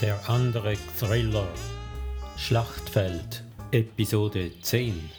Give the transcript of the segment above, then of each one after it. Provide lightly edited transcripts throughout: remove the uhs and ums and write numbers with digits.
Der andere Thriller. Schlachtfeld, Episode 10.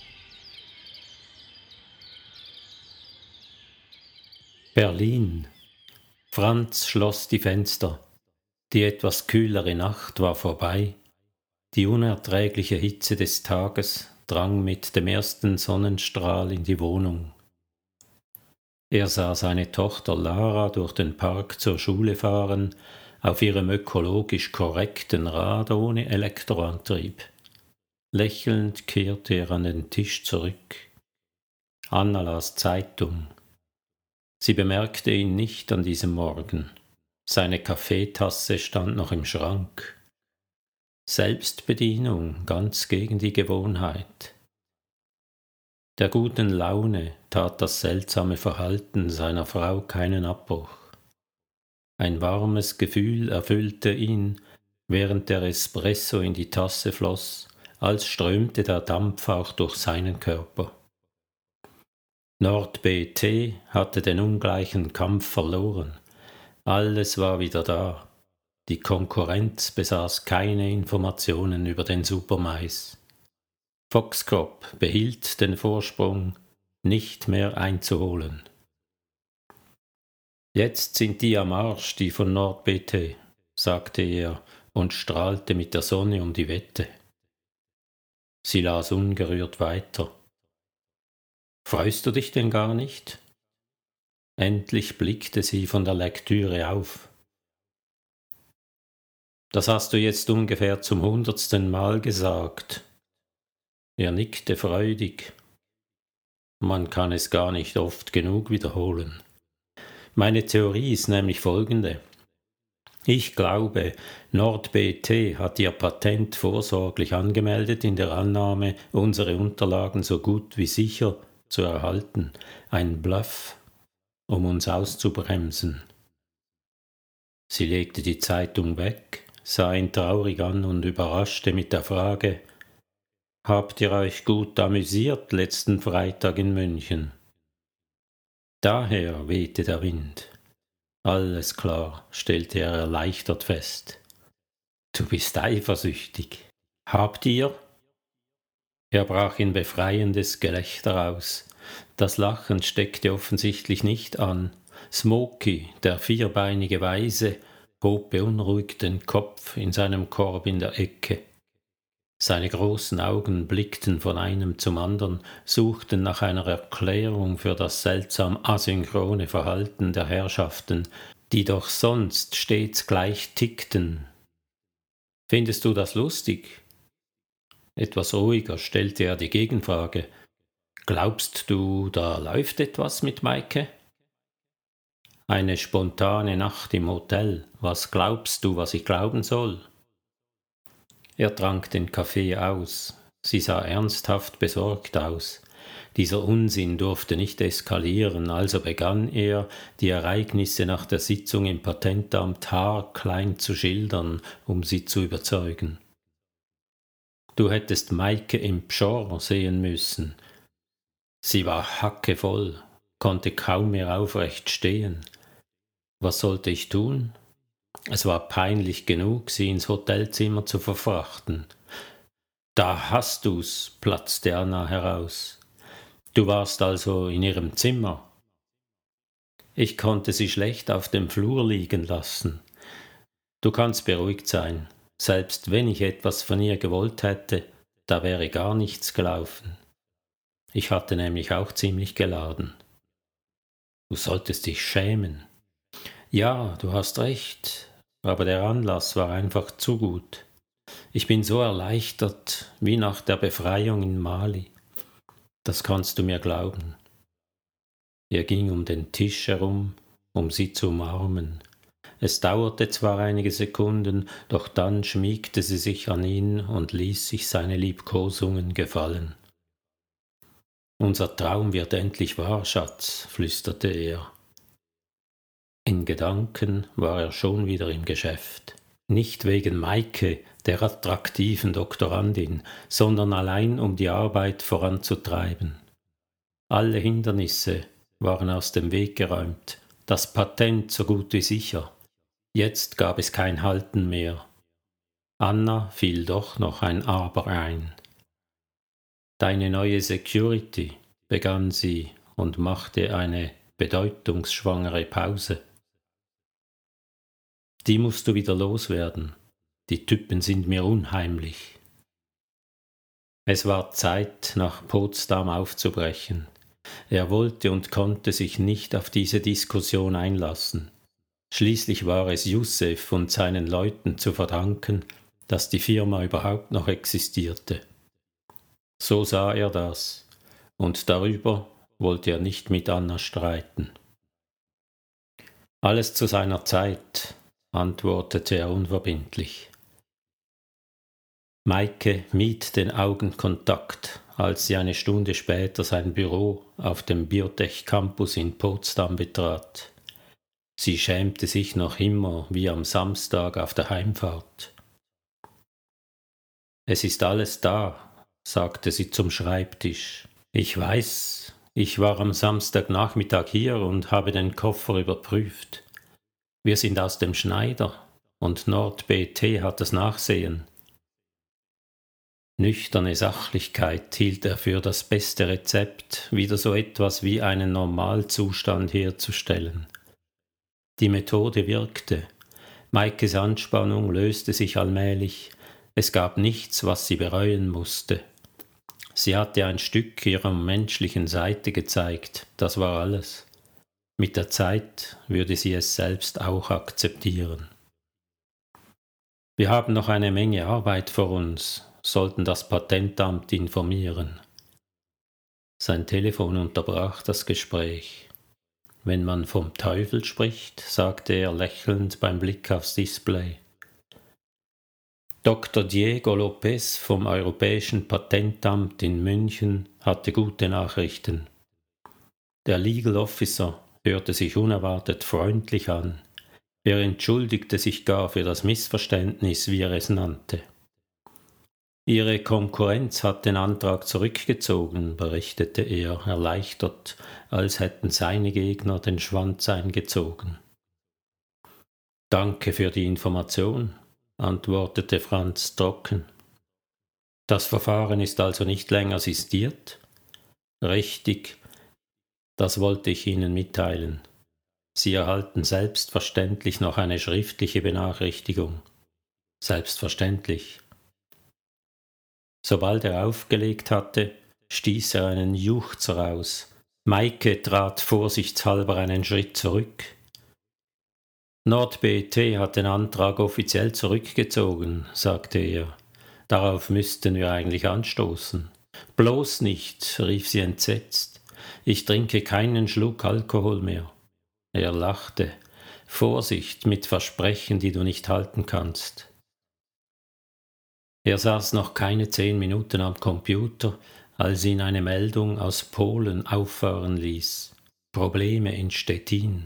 Berlin. Franz schloss die Fenster. Die etwas kühlere Nacht war vorbei. Die unerträgliche Hitze des Tages drang mit dem ersten Sonnenstrahl in die Wohnung. Er sah seine Tochter Lara durch den Park zur Schule fahren, auf ihrem ökologisch korrekten Rad ohne Elektroantrieb. Lächelnd kehrte er an den Tisch zurück. Anna las Zeitung. Sie bemerkte ihn nicht an diesem Morgen. Seine Kaffeetasse stand noch im Schrank. Selbstbedienung, ganz gegen die Gewohnheit. Der guten Laune tat das seltsame Verhalten seiner Frau keinen Abbruch. Ein warmes Gefühl erfüllte ihn, während der Espresso in die Tasse floss, als strömte der Dampf auch durch seinen Körper. NordBT hatte den ungleichen Kampf verloren. Alles war wieder da. Die Konkurrenz besaß keine Informationen über den Supermais. Foxcrop behielt den Vorsprung, nicht mehr einzuholen. »Jetzt sind die am Arsch, die von NordBT«, sagte er und strahlte mit der Sonne um die Wette. Sie las ungerührt weiter. »Freust du dich denn gar nicht?« Endlich blickte sie von der Lektüre auf. »Das hast du jetzt ungefähr zum 100. Mal gesagt.« Er nickte freudig. »Man kann es gar nicht oft genug wiederholen. Meine Theorie ist nämlich folgende. Ich glaube, NordBT hat ihr Patent vorsorglich angemeldet in der Annahme, unsere Unterlagen so gut wie sicher zu erhalten. Ein Bluff, um uns auszubremsen.« Sie legte die Zeitung weg, sah ihn traurig an und überraschte mit der Frage: »Habt ihr euch gut amüsiert letzten Freitag in München?« Daher wehte der Wind. Alles klar, stellte er erleichtert fest. »Du bist eifersüchtig. Habt ihr?« Er brach in befreiendes Gelächter aus. Das Lachen steckte offensichtlich nicht an. Smoky, der vierbeinige Weise, hob beunruhigt den Kopf in seinem Korb in der Ecke. Seine großen Augen blickten von einem zum anderen, suchten nach einer Erklärung für das seltsam asynchrone Verhalten der Herrschaften, die doch sonst stets gleich tickten. »Findest du das lustig?« Etwas ruhiger stellte er die Gegenfrage. »Glaubst du, da läuft etwas mit Maike?« »Eine spontane Nacht im Hotel. Was glaubst du, was ich glauben soll?« Er trank den Kaffee aus. Sie sah ernsthaft besorgt aus. Dieser Unsinn durfte nicht eskalieren, also begann er, die Ereignisse nach der Sitzung im Patentamt haarklein zu schildern, um sie zu überzeugen. »Du hättest Maike im Pschorr sehen müssen. Sie war hackevoll, konnte kaum mehr aufrecht stehen. Was sollte ich tun? Es war peinlich genug, sie ins Hotelzimmer zu verfrachten. »Da hast du's«, platzte Anna heraus. »Du warst also in ihrem Zimmer?« »Ich konnte sie schlecht auf dem Flur liegen lassen. Du kannst beruhigt sein. Selbst wenn ich etwas von ihr gewollt hätte, da wäre gar nichts gelaufen. Ich hatte nämlich auch ziemlich geladen.« »Du solltest dich schämen.« »Ja, du hast recht, aber der Anlass war einfach zu gut. Ich bin so erleichtert, wie nach der Befreiung in Mali. Das kannst du mir glauben.« Er ging um den Tisch herum, um sie zu umarmen. Es dauerte zwar einige Sekunden, doch dann schmiegte sie sich an ihn und ließ sich seine Liebkosungen gefallen. »Unser Traum wird endlich wahr, Schatz«, flüsterte er. In Gedanken war er schon wieder im Geschäft. Nicht wegen Maike, der attraktiven Doktorandin, sondern allein um die Arbeit voranzutreiben. Alle Hindernisse waren aus dem Weg geräumt, das Patent so gut wie sicher. Jetzt gab es kein Halten mehr. Anna fiel doch noch ein Aber ein. »Deine neue Security«, begann sie und machte eine bedeutungsschwangere Pause. »Die musst du wieder loswerden. Die Typen sind mir unheimlich.« Es war Zeit, nach Potsdam aufzubrechen. Er wollte und konnte sich nicht auf diese Diskussion einlassen. Schließlich war es Yusef und seinen Leuten zu verdanken, dass die Firma überhaupt noch existierte. So sah er das, und darüber wollte er nicht mit Anna streiten. »Alles zu seiner Zeit«, antwortete er unverbindlich. Maike mied den Augenkontakt, als sie eine Stunde später sein Büro auf dem Biotech-Campus in Potsdam betrat. Sie schämte sich noch immer wie am Samstag auf der Heimfahrt. »Es ist alles da«, sagte sie zum Schreibtisch. »Ich weiß, ich war am Samstagnachmittag hier und habe den Koffer überprüft. Wir sind aus dem Schneider und NordBT hat das Nachsehen.« Nüchterne Sachlichkeit hielt er für das beste Rezept, wieder so etwas wie einen Normalzustand herzustellen. Die Methode wirkte. Maikes Anspannung löste sich allmählich. Es gab nichts, was sie bereuen musste. Sie hatte ein Stück ihrer menschlichen Seite gezeigt, das war alles. Mit der Zeit würde sie es selbst auch akzeptieren. »Wir haben noch eine Menge Arbeit vor uns«, sollten das Patentamt informieren. Sein Telefon unterbrach das Gespräch. »Wenn man vom Teufel spricht«, sagte er lächelnd beim Blick aufs Display. Dr. Diego Lopez vom Europäischen Patentamt in München hatte gute Nachrichten. Der Legal Officer hörte sich unerwartet freundlich an. Er entschuldigte sich gar für das Missverständnis, wie er es nannte. »Ihre Konkurrenz hat den Antrag zurückgezogen«, berichtete er, erleichtert, als hätten seine Gegner den Schwanz eingezogen. »Danke für die Information«, antwortete Franz trocken. »Das Verfahren ist also nicht länger sistiert?« »Richtig, das wollte ich Ihnen mitteilen. Sie erhalten selbstverständlich noch eine schriftliche Benachrichtigung.« »Selbstverständlich.« Sobald er aufgelegt hatte, stieß er einen Juchzer aus. Maike trat vorsichtshalber einen Schritt zurück. NordBT hat den Antrag offiziell zurückgezogen, sagte er. Darauf müssten wir eigentlich anstoßen. Bloß nicht, rief sie entsetzt. Ich trinke keinen Schluck Alkohol mehr. Er lachte. Vorsicht mit Versprechen, die du nicht halten kannst. Er saß noch keine 10 Minuten am Computer, als ihn eine Meldung aus Polen auffahren ließ. Probleme in Stettin.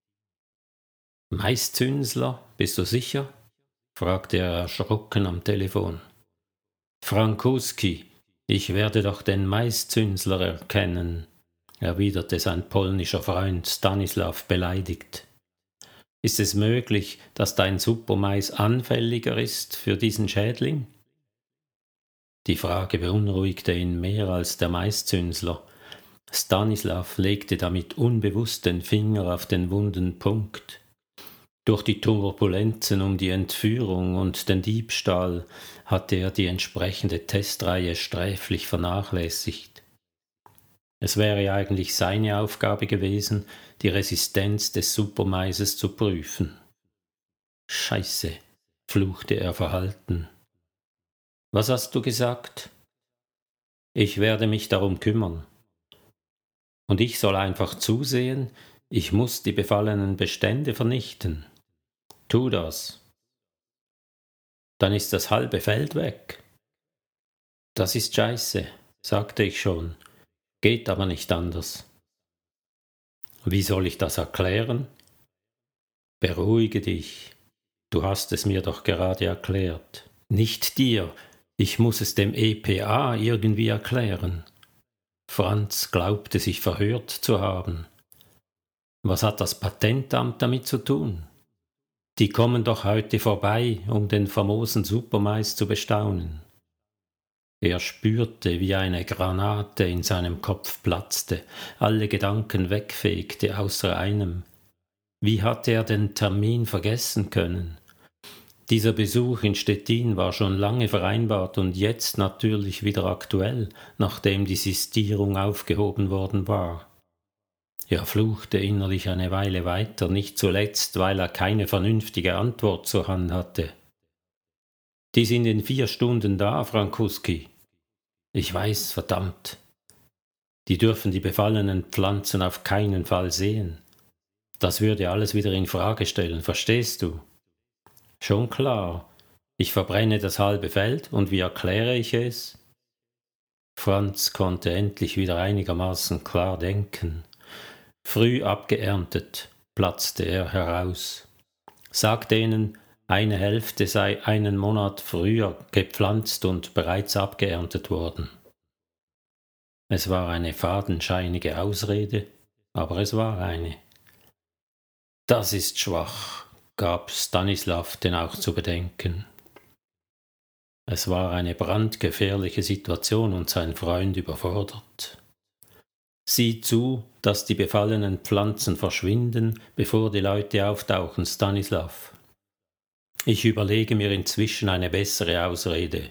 »Maiszünsler, bist du sicher?« fragte er erschrocken am Telefon. »Frankuski, ich werde doch den Maiszünsler erkennen«, erwiderte sein polnischer Freund Stanislav beleidigt. »Ist es möglich, dass dein Supermais anfälliger ist für diesen Schädling?« Die Frage beunruhigte ihn mehr als der Maiszünsler. Stanislav legte damit unbewusst den Finger auf den wunden Punkt. Durch die Turbulenzen um die Entführung und den Diebstahl hatte er die entsprechende Testreihe sträflich vernachlässigt. Es wäre eigentlich seine Aufgabe gewesen, die Resistenz des Supermaises zu prüfen. »Scheiße«, fluchte er verhalten. »Was hast du gesagt?« »Ich werde mich darum kümmern. Und ich soll einfach zusehen, ich muss die befallenen Bestände vernichten. Tu das. Dann ist das halbe Feld weg. Das ist scheiße, sagte ich schon. Geht aber nicht anders. Wie soll ich das erklären? Beruhige dich. Du hast es mir doch gerade erklärt. Nicht dir. Ich muss es dem EPA irgendwie erklären. Franz glaubte sich verhört zu haben. Was hat das Patentamt damit zu tun? Die kommen doch heute vorbei, um den famosen Supermais zu bestaunen. Er spürte, wie eine Granate in seinem Kopf platzte, alle Gedanken wegfegte außer einem. Wie hatte er den Termin vergessen können? Dieser Besuch in Stettin war schon lange vereinbart und jetzt natürlich wieder aktuell, nachdem die Sistierung aufgehoben worden war. Er fluchte innerlich eine Weile weiter, nicht zuletzt, weil er keine vernünftige Antwort zur Hand hatte. »Die sind in 4 Stunden da, Frankuski.« »Ich weiß, verdammt. Die dürfen die befallenen Pflanzen auf keinen Fall sehen. Das würde alles wieder in Frage stellen, verstehst du?« »Schon klar. Ich verbrenne das halbe Feld, und wie erkläre ich es?« Franz konnte endlich wieder einigermaßen klar denken. »Früh abgeerntet«, platzte er heraus. »Sag denen, eine Hälfte sei einen Monat früher gepflanzt und bereits abgeerntet worden.« Es war eine fadenscheinige Ausrede, aber es war eine. »Das ist schwach«, gab Stanislav denn auch zu bedenken. Es war eine brandgefährliche Situation und sein Freund überfordert. »Sieh zu, dass die befallenen Pflanzen verschwinden, bevor die Leute auftauchen, Stanislav. Ich überlege mir inzwischen eine bessere Ausrede.«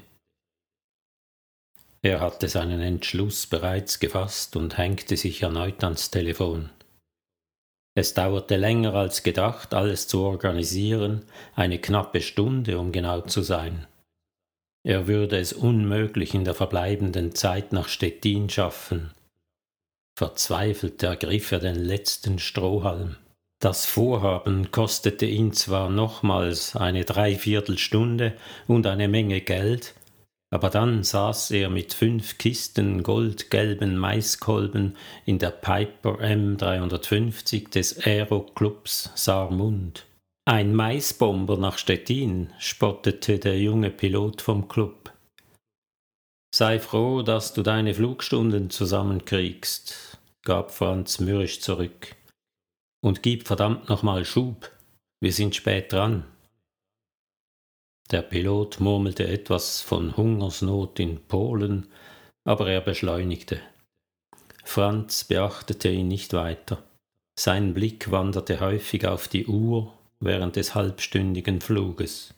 Er hatte seinen Entschluss bereits gefasst und hängte sich erneut ans Telefon. Es dauerte länger als gedacht, alles zu organisieren, eine knappe Stunde, um genau zu sein. Er würde es unmöglich in der verbleibenden Zeit nach Stettin schaffen. Verzweifelt ergriff er den letzten Strohhalm. Das Vorhaben kostete ihn zwar nochmals eine Dreiviertelstunde und eine Menge Geld, aber dann saß er mit 5 Kisten goldgelben Maiskolben in der Piper M350 des Aero-Clubs Saarmund. »Ein Maisbomber nach Stettin«, spottete der junge Pilot vom Club. »Sei froh, dass du deine Flugstunden zusammenkriegst«, gab Franz mürrisch zurück. »Und gib verdammt nochmal Schub, wir sind spät dran.« Der Pilot murmelte etwas von Hungersnot in Polen, aber er beschleunigte. Franz beachtete ihn nicht weiter. Sein Blick wanderte häufig auf die Uhr während des halbstündigen Fluges.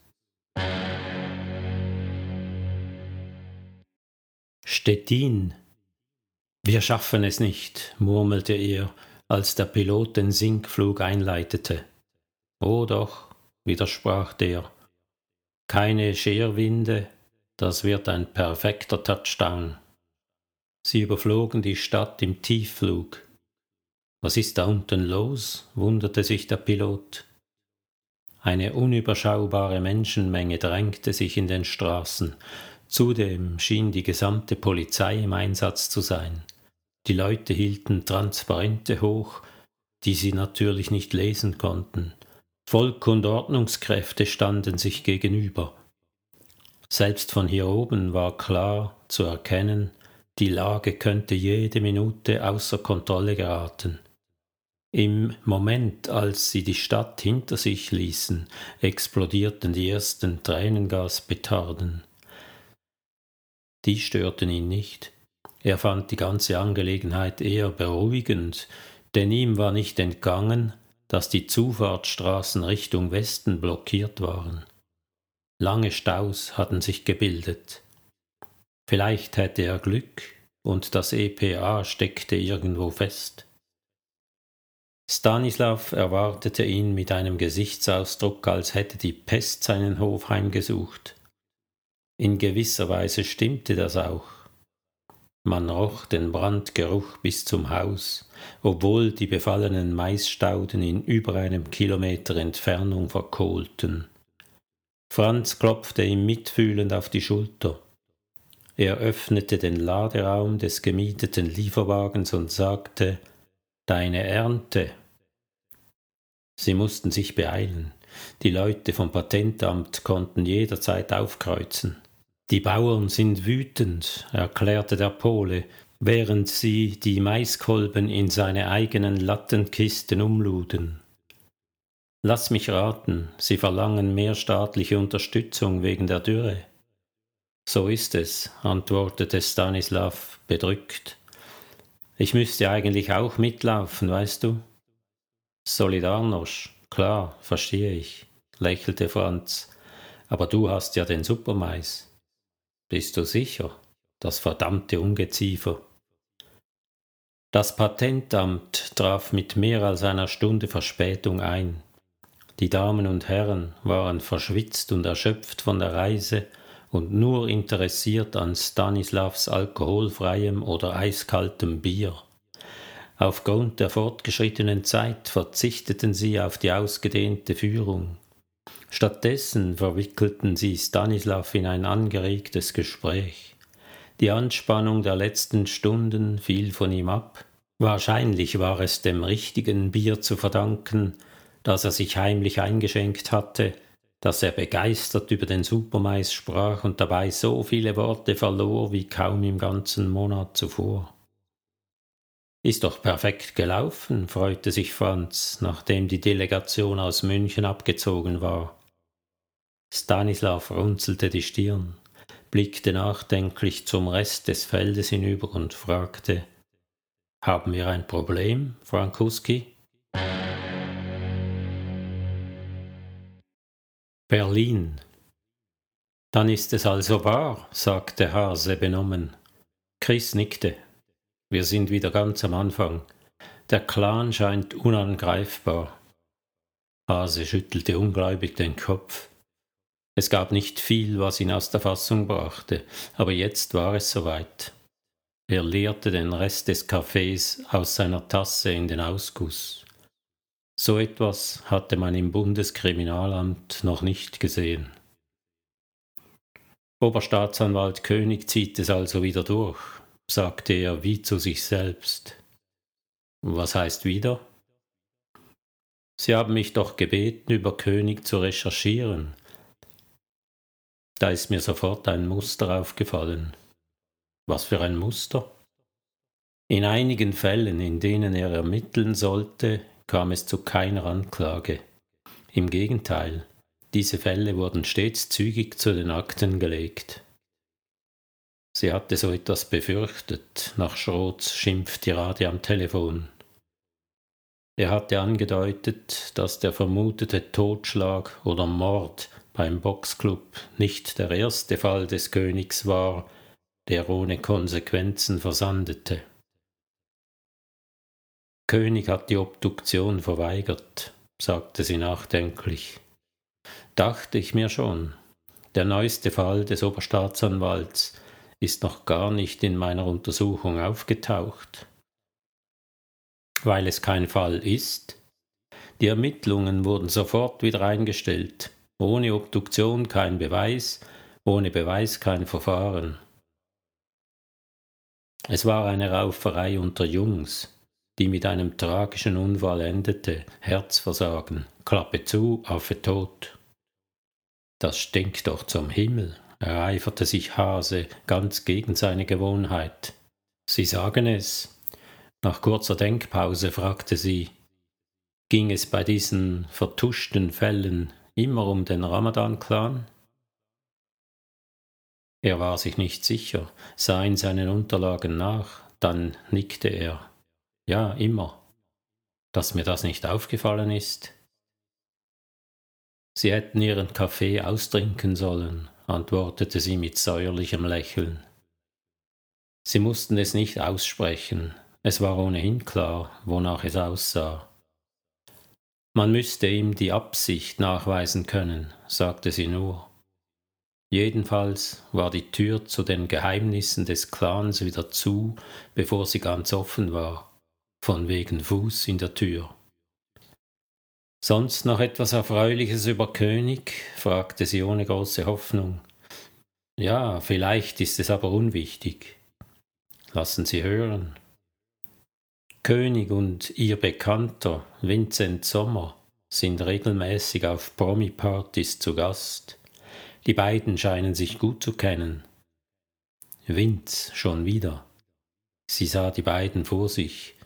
»Stettin. Wir schaffen es nicht«, murmelte er, als der Pilot den Sinkflug einleitete. »Oh doch«, widersprach der. »Keine Scherwinde, das wird ein perfekter Touchdown.« Sie überflogen die Stadt im Tiefflug. »Was ist da unten los?«, wunderte sich der Pilot. Eine unüberschaubare Menschenmenge drängte sich in den Straßen. Zudem schien die gesamte Polizei im Einsatz zu sein. Die Leute hielten Transparente hoch, die sie natürlich nicht lesen konnten. Volk und Ordnungskräfte standen sich gegenüber. Selbst von hier oben war klar zu erkennen, die Lage könnte jede Minute außer Kontrolle geraten. Im Moment, als sie die Stadt hinter sich ließen, explodierten die ersten Tränengaspetarden. Die störten ihn nicht. Er fand die ganze Angelegenheit eher beruhigend, denn ihm war nicht entgangen, dass die Zufahrtsstraßen Richtung Westen blockiert waren. Lange Staus hatten sich gebildet. Vielleicht hätte er Glück und das EPA steckte irgendwo fest. Stanislav erwartete ihn mit einem Gesichtsausdruck, als hätte die Pest seinen Hof heimgesucht. In gewisser Weise stimmte das auch. Man roch den Brandgeruch bis zum Haus, obwohl die befallenen Maisstauden in über einem Kilometer Entfernung verkohlten. Franz klopfte ihm mitfühlend auf die Schulter. Er öffnete den Laderaum des gemieteten Lieferwagens und sagte: »Deine Ernte.« Sie mussten sich beeilen. Die Leute vom Patentamt konnten jederzeit aufkreuzen. »Die Bauern sind wütend«, erklärte der Pole, während sie die Maiskolben in seine eigenen Lattenkisten umluden. Lass mich raten, Sie verlangen mehr staatliche Unterstützung wegen der Dürre. So ist es, antwortete Stanislav bedrückt. Ich müsste eigentlich auch mitlaufen, weißt du? Solidarność, klar, verstehe ich, lächelte Franz. Aber du hast ja den Supermais. Bist du sicher? Das verdammte Ungeziefer. Das Patentamt traf mit mehr als einer Stunde Verspätung ein. Die Damen und Herren waren verschwitzt und erschöpft von der Reise und nur interessiert an Stanislavs alkoholfreiem oder eiskaltem Bier. Aufgrund der fortgeschrittenen Zeit verzichteten sie auf die ausgedehnte Führung. Stattdessen verwickelten sie Stanislav in ein angeregtes Gespräch. Die Anspannung der letzten Stunden fiel von ihm ab. Wahrscheinlich war es dem richtigen Bier zu verdanken, das er sich heimlich eingeschenkt hatte, dass er begeistert über den Supermais sprach und dabei so viele Worte verlor wie kaum im ganzen Monat zuvor. Ist doch perfekt gelaufen, freute sich Franz, nachdem die Delegation aus München abgezogen war. Stanislav runzelte die Stirn, blickte nachdenklich zum Rest des Feldes hinüber und fragte: Haben wir ein Problem, Frankuski? Berlin. Dann ist es also wahr, sagte Hase benommen. Chris nickte. Wir sind wieder ganz am Anfang. Der Clan scheint unangreifbar. Hase schüttelte ungläubig den Kopf. Es gab nicht viel, was ihn aus der Fassung brachte, aber jetzt war es soweit. Er leerte den Rest des Kaffees aus seiner Tasse in den Ausguss. So etwas hatte man im Bundeskriminalamt noch nicht gesehen. Oberstaatsanwalt König zieht es also wieder durch, sagte er wie zu sich selbst. Was heißt wieder? Sie haben mich doch gebeten, über König zu recherchieren. Da ist mir sofort ein Muster aufgefallen. Was für ein Muster? In einigen Fällen, in denen er ermitteln sollte, kam es zu keiner Anklage. Im Gegenteil, diese Fälle wurden stets zügig zu den Akten gelegt. Sie hatte so etwas befürchtet, nach Schroths Schimpftirade am Telefon. Er hatte angedeutet, dass der vermutete Totschlag oder Mord beim Boxclub nicht der erste Fall des Königs war, der ohne Konsequenzen versandete. König hat die Obduktion verweigert, sagte sie nachdenklich. Dachte ich mir schon. Der neueste Fall des Oberstaatsanwalts ist noch gar nicht in meiner Untersuchung aufgetaucht. Weil es kein Fall ist? Die Ermittlungen wurden sofort wieder eingestellt. Ohne Obduktion kein Beweis, ohne Beweis kein Verfahren. Es war eine Rauferei unter Jungs, die mit einem tragischen Unfall endete, Herzversagen, Klappe zu, Affe tot. Das stinkt doch zum Himmel, ereiferte sich Hase ganz gegen seine Gewohnheit. Sie sagen es. Nach kurzer Denkpause fragte sie, ging es bei diesen vertuschten Fällen immer um den Ramadan-Clan? Er war sich nicht sicher, sah in seinen Unterlagen nach, dann nickte er. Ja, immer. Dass mir das nicht aufgefallen ist? Sie hätten ihren Kaffee austrinken sollen, antwortete sie mit säuerlichem Lächeln. Sie mussten es nicht aussprechen, es war ohnehin klar, wonach es aussah. Man müsste ihm die Absicht nachweisen können, sagte sie nur. Jedenfalls war die Tür zu den Geheimnissen des Clans wieder zu, bevor sie ganz offen war, von wegen Fuß in der Tür. »Sonst noch etwas Erfreuliches über König?« fragte sie ohne große Hoffnung. »Ja, vielleicht ist es aber unwichtig. Lassen Sie hören. König und Ihr Bekannter Vincent Sommer sind regelmäßig auf Promi-Partys zu Gast. Die beiden scheinen sich gut zu kennen.« Vince schon wieder. Sie sah die beiden vor sich,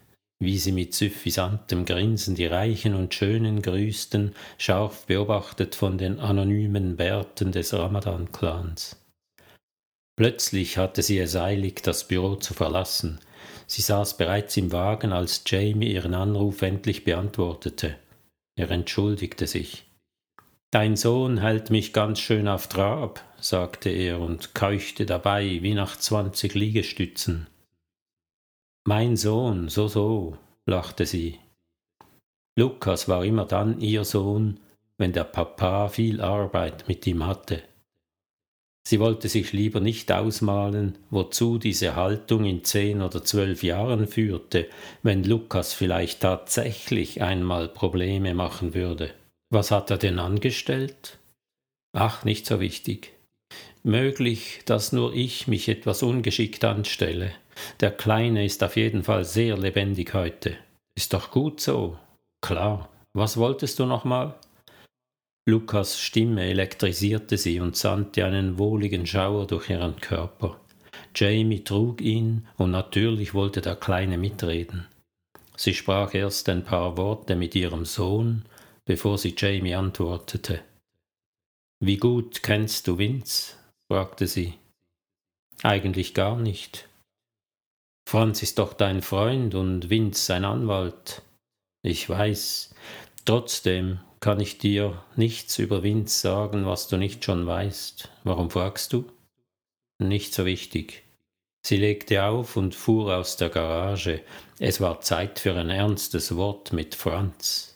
wie sie mit suffisantem Grinsen die Reichen und Schönen grüßten, scharf beobachtet von den anonymen Bärten des Ramadan-Clans. Plötzlich hatte sie es eilig, das Büro zu verlassen. Sie saß bereits im Wagen, als Jamie ihren Anruf endlich beantwortete. Er entschuldigte sich. »Dein Sohn hält mich ganz schön auf Trab«, sagte er und keuchte dabei wie nach 20 Liegestützen. »Mein Sohn, so«, lachte sie. Lukas war immer dann ihr Sohn, wenn der Papa viel Arbeit mit ihm hatte. Sie wollte sich lieber nicht ausmalen, wozu diese Haltung in 10 oder 12 Jahren führte, wenn Lukas vielleicht tatsächlich einmal Probleme machen würde. Was hat er denn angestellt? Ach, nicht so wichtig. Möglich, dass nur ich mich etwas ungeschickt anstelle. Der Kleine ist auf jeden Fall sehr lebendig heute. Ist doch gut so. Klar. Was wolltest du nochmal? Lukas' Stimme elektrisierte sie und sandte einen wohligen Schauer durch ihren Körper. Jamie trug ihn, und natürlich wollte der Kleine mitreden. Sie sprach erst ein paar Worte mit ihrem Sohn, bevor sie Jamie antwortete. »Wie gut kennst du Vince?« fragte sie. »Eigentlich gar nicht. Franz ist doch dein Freund und Vince sein Anwalt. Ich weiß. Trotzdem kann ich dir nichts über Vince sagen, was du nicht schon weißt. Warum fragst du?« »Nicht so wichtig.« Sie legte auf und fuhr aus der Garage. Es war Zeit für ein ernstes Wort mit Franz.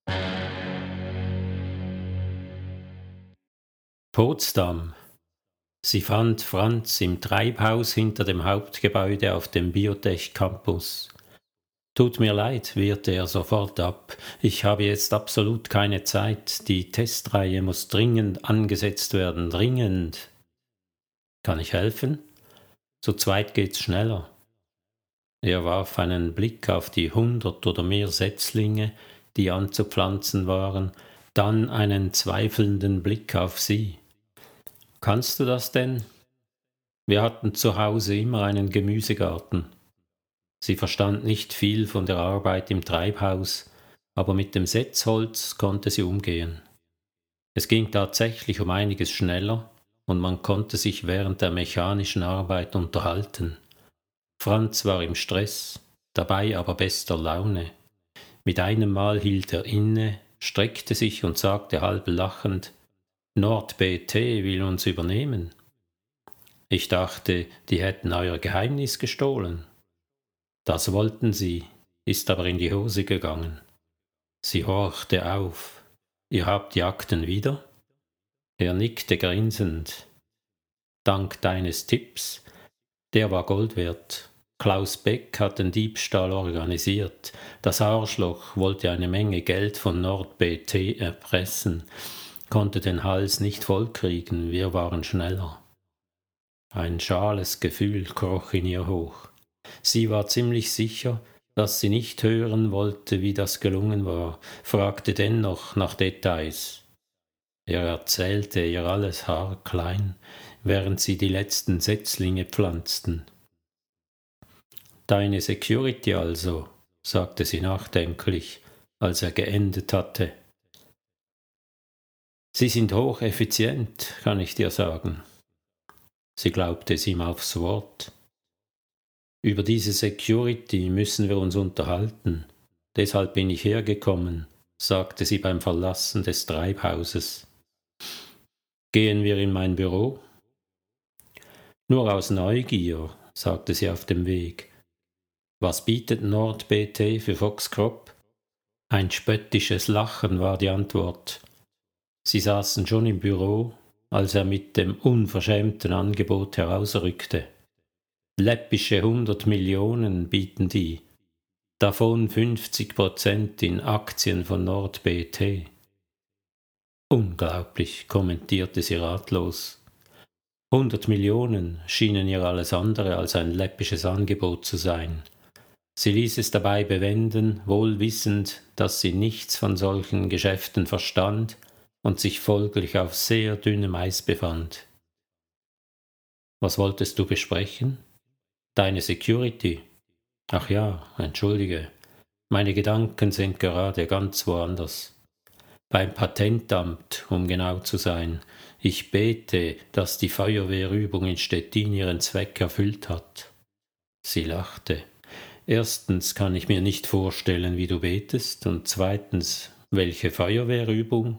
Potsdam. Sie fand Franz im Treibhaus hinter dem Hauptgebäude auf dem Biotech-Campus. »Tut mir leid«, wehrte er sofort ab. »Ich habe jetzt absolut keine Zeit. Die Testreihe muss dringend angesetzt werden. Dringend.« »Kann ich helfen?« »Zu zweit geht's schneller.« Er warf einen Blick auf die 100 oder mehr Setzlinge, die anzupflanzen waren, dann einen zweifelnden Blick auf sie. »Kannst du das denn?« »Wir hatten zu Hause immer einen Gemüsegarten.« Sie verstand nicht viel von der Arbeit im Treibhaus, aber mit dem Setzholz konnte sie umgehen. Es ging tatsächlich um einiges schneller, und man konnte sich während der mechanischen Arbeit unterhalten. Franz war im Stress, dabei aber bester Laune. Mit einem Mal hielt er inne, streckte sich und sagte halb lachend, »NordBT will uns übernehmen.« »Ich dachte, die hätten euer Geheimnis gestohlen.« »Das wollten sie, ist aber in die Hose gegangen.« Sie horchte auf. »Ihr habt die Akten wieder?« Er nickte grinsend. »Dank deines Tipps. Der war Gold wert. Klaus Beck hat den Diebstahl organisiert. Das Arschloch wollte eine Menge Geld von NordBT erpressen, konnte den Hals nicht vollkriegen, wir waren schneller.« Ein schales Gefühl kroch in ihr hoch. Sie war ziemlich sicher, dass sie nicht hören wollte, wie das gelungen war, fragte dennoch nach Details. Er erzählte ihr alles haarklein, während sie die letzten Setzlinge pflanzten. »Deine Security also«, sagte sie nachdenklich, als er geendet hatte. »Sie sind hocheffizient, kann ich dir sagen.« Sie glaubte es ihm aufs Wort. »Über diese Security müssen wir uns unterhalten. Deshalb bin ich hergekommen«, sagte sie beim Verlassen des Treibhauses. »Gehen wir in mein Büro?« »Nur aus Neugier«, sagte sie auf dem Weg. »Was bietet NordBT für Foxcrop?« Ein spöttisches Lachen war die Antwort. Sie saßen schon im Büro, als er mit dem unverschämten Angebot herausrückte. Läppische 100 Millionen bieten die, davon 50% in Aktien von NordBT. »Unglaublich«, kommentierte sie ratlos. 100 Millionen schienen ihr alles andere als ein läppisches Angebot zu sein. Sie ließ es dabei bewenden, wohl wissend, dass sie nichts von solchen Geschäften verstand und sich folglich auf sehr dünnem Eis befand. »Was wolltest du besprechen?« »Deine Security.« »Ach ja, entschuldige. Meine Gedanken sind gerade ganz woanders. Beim Patentamt, um genau zu sein. Ich bete, dass die Feuerwehrübung in Stettin ihren Zweck erfüllt hat. Sie lachte. Erstens kann ich mir nicht vorstellen, wie du betest, und zweitens, welche Feuerwehrübung?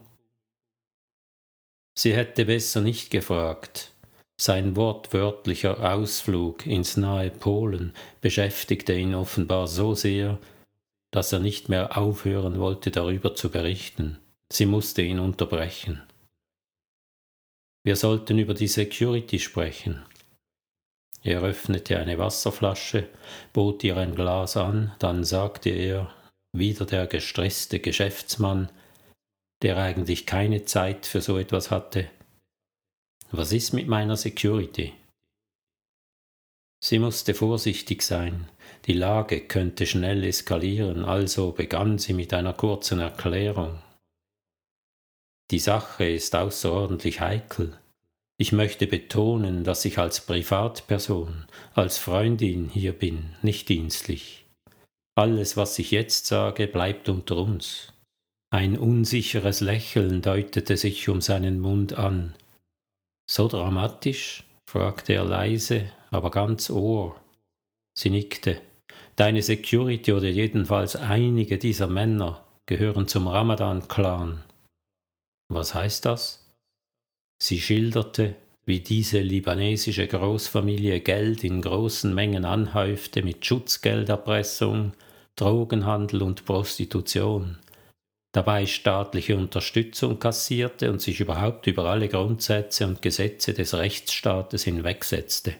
Sie hätte besser nicht gefragt. Sein wortwörtlicher Ausflug ins nahe Polen beschäftigte ihn offenbar so sehr, dass er nicht mehr aufhören wollte, darüber zu berichten. Sie musste ihn unterbrechen. Wir sollten über die Security sprechen. Er öffnete eine Wasserflasche, bot ihr ein Glas an, dann sagte er, wieder der gestresste Geschäftsmann, der eigentlich keine Zeit für so etwas hatte: Was ist mit meiner Security? Sie musste vorsichtig sein, die Lage könnte schnell eskalieren, also begann sie mit einer kurzen Erklärung. Die Sache ist außerordentlich heikel. Ich möchte betonen, dass ich als Privatperson, als Freundin hier bin, nicht dienstlich. Alles, was ich jetzt sage, bleibt unter uns. Ein unsicheres Lächeln deutete sich um seinen Mund an. So dramatisch? Fragte er leise, aber ganz Ohr. Sie nickte. Deine Security oder jedenfalls einige dieser Männer gehören zum Ramadan-Clan. Was heißt das? Sie schilderte, wie diese libanesische Großfamilie Geld in großen Mengen anhäufte mit Schutzgelderpressung, Drogenhandel und Prostitution, dabei staatliche Unterstützung kassierte und sich überhaupt über alle Grundsätze und Gesetze des Rechtsstaates hinwegsetzte.